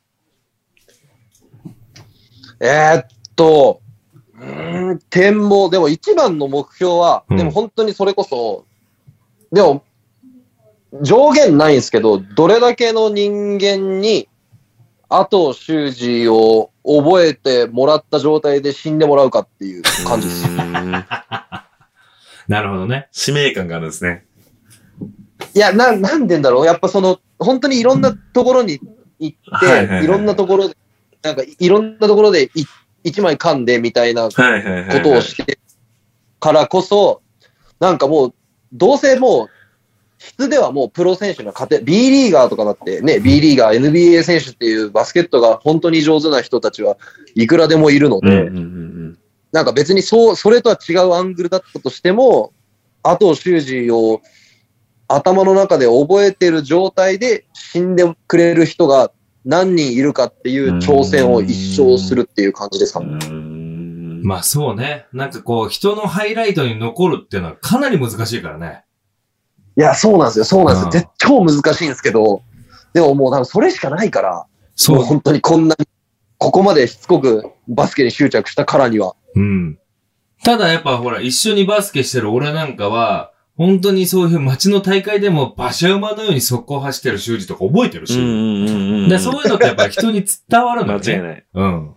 展望、でも一番の目標は、でも本当にそれこそ、でも、上限ないんですけど、どれだけの人間に、後修二を覚えてもらった状態で死んでもらうかっていう感じです。 なるほどね。 使命感があるんですね。 いや、なんで言うんだろう。やっぱその、本当にいろんなところに行って、いろんなところで、なんかいろんなところで一枚噛んでみたいなことをしてからこそ、なんかもう、どうせもう、質ではもうプロ選手がB リーガーとかだってね、B リーガー、NBA 選手っていうバスケットが本当に上手な人たちはいくらでもいるので、なんか別にそれとは違うアングルだったとしても、後修二を頭の中で覚えてる状態で死んでくれる人が何人いるかっていう挑戦を一生するっていう感じですかね。 まあそうね。なんかこう、人のハイライトに残るっていうのはかなり難しいからね。 いや、そうなんですよ。そうなんですよ。超難しいんですけど、でももう多分それしかないから、もう本当にここまでしつこくバスケに執着したからには。 ただやっぱほら、一緒にバスケしてる俺なんかは、本当にそういう街の大会でも馬車馬のように速攻走ってる修二とか覚えてるし。でそういうのってやっぱり人に伝わるのよね。 間違いない。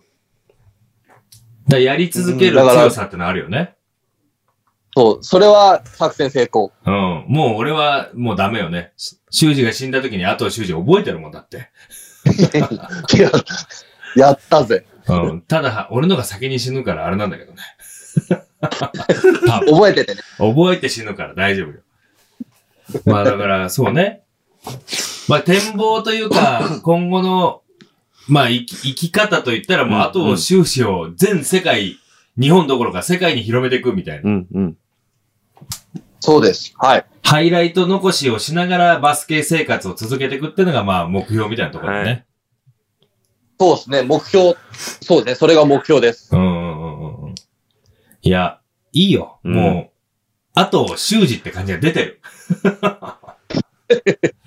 だやり続ける強さってのあるよね。 そう、それは作戦成功。 もう俺はもうダメよね。修二が死んだ時に後修二覚えてるもんだって。 やったぜ。 ただ、俺のが先に死ぬからあれなんだけどね。 覚えててね。 覚えて死ぬから大丈夫よ。まあだから、そうね。まあ展望というか、今後の、まあ生き方といったらもう後修二を全世界、日本どころか世界に広めていくみたいな。 そうです。はい。 ハイライト残しをしながらバスケ生活を続けていくっていうのがまあ目標みたいなところだね。 そうですね。目標。そうですね。それが目標です。 いや、いいよ。もう、あと、修二って感じが出てる。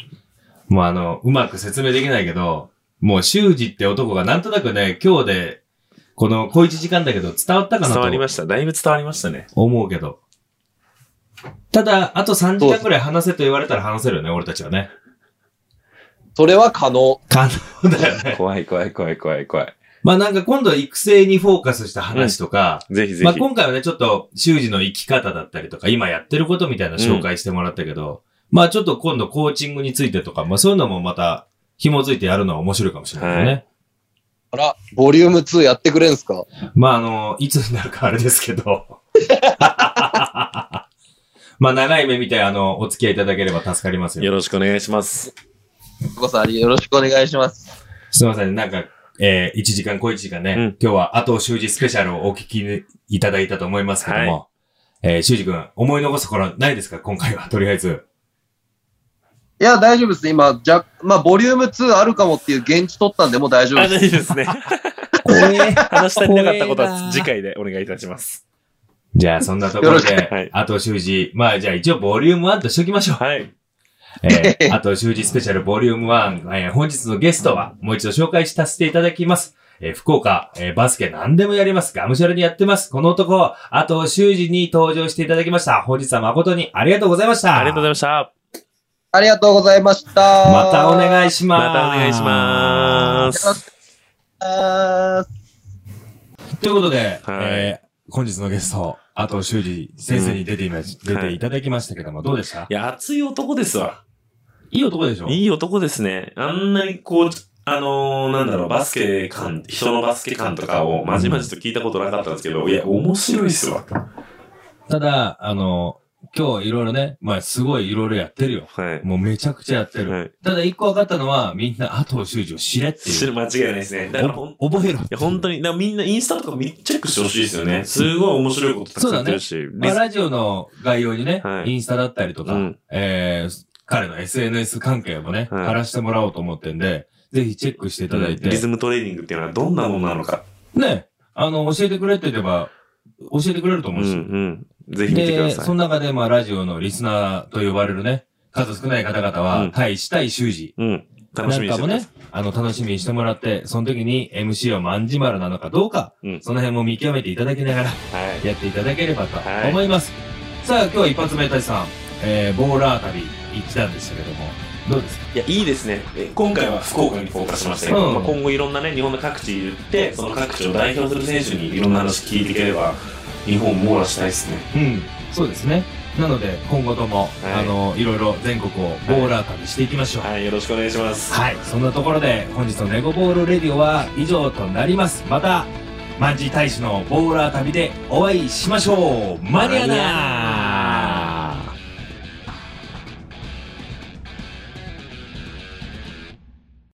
もううまく説明できないけど、もう修二って男がなんとなくね、今日でこの小1時間だけど伝わったかなと伝わりました。だいぶ伝わりましたね。 思うけど。ただ、あと3時間くらい話せと言われたら話せるよね、俺たちはね。 それは可能。 可能だよね。 怖い。 まあなんか今度は育成にフォーカスした話とか、 ぜひぜひ。 まあ今回はね、ちょっと修二の生き方だったりとか、今やってることみたいな紹介してもらったけど、まあちょっと今度コーチングについてとか、まあそういうのもまた紐づいてやるのは面白いかもしれないね。 あら、ボリューム2やってくれんすか？ まあいつになるかあれですけど。まあ長い目見てお付き合いいただければ助かりますよ。 よろしくお願いします。 ここさんよろしくお願いします。 すいません、なんか、1時間、小1時間ね、今日は後修二スペシャルをお聞きいただいたと思いますけども、修二君、思い残すところないですか今回は、とりあえず。 いや、大丈夫です。今、まあ、ボリューム2あるかもっていう現地取ったんで、もう大丈夫です。 大丈夫ですね。話したりなかったことは次回でお願いいたします。 じゃあ、そんなところで、後修二、まあ、じゃあ一応ボリューム1としときましょう。 はい。 後修二スペシャルボリューム1、本日のゲストは、もう一度紹介させていただきます。福岡、バスケ何でもやります。がむしゃらにやってます。この男、後修二に登場していただきました。本日は誠にありがとうございました。 ありがとうございました。 ありがとうございました。 またお願いします。 またお願いします。 ということで、本日のゲスト、後修二先生に出ていただきましたけども、どうでした？ いや、熱い男ですわ。 いい男でしょ？ いい男ですね。あんなにこう、なんだろう、バスケ感、人のバスケ感とかをまじまじと聞いたことなかったんですけど、いや、面白いっすわ。 ただ、今日いろいろね、まあすごいいろいろやってるよ。 はい。 もうめちゃくちゃやってる。 はい。 ただ一個分かったのは、みんな後修二を知れっていう。 知る間違いないですね。だから覚えろ。いや、本当に、みんなインスタとかチェックしてほしいですよね。すごい面白いことたくさんやってるし。 まあラジオの概要にね、 はいインスタだったりとか、彼の SNS 関係もね、 はい貼らしてもらおうと思ってんで、ぜひチェックしていただいて。 リズムトレーニングっていうのはどんなものなのか。 ね、教えてくれって言えば、教えてくれると思うし。 ぜひ見てください。 で、その中で、まあ、ラジオのリスナーと呼ばれるね、数少ない方々は、対修二。 楽しみにしてます。 なんかもね、楽しみにしてもらって、その時に MC は万事丸なのかどうか、その辺も見極めていただきながら、やっていただければと思います。さあ、今日は一発目、たちさん、ボーラー旅行ってたんでしたけども、どうですか？ いや、いいですね。今回は福岡にフォーカスしましたけど、今後いろんなね、日本の各地行って、その各地を代表する選手にいろんな話聞いていければ、日本を網羅したいですね。 そうですね。なので、今後とも、いろいろ全国をボーラー旅していきましょう。 はい、よろしくお願いします。 はい、そんなところで、本日のネゴボールレディオは以上となります。また、マンジー大使のボーラー旅でお会いしましょう。マニアナー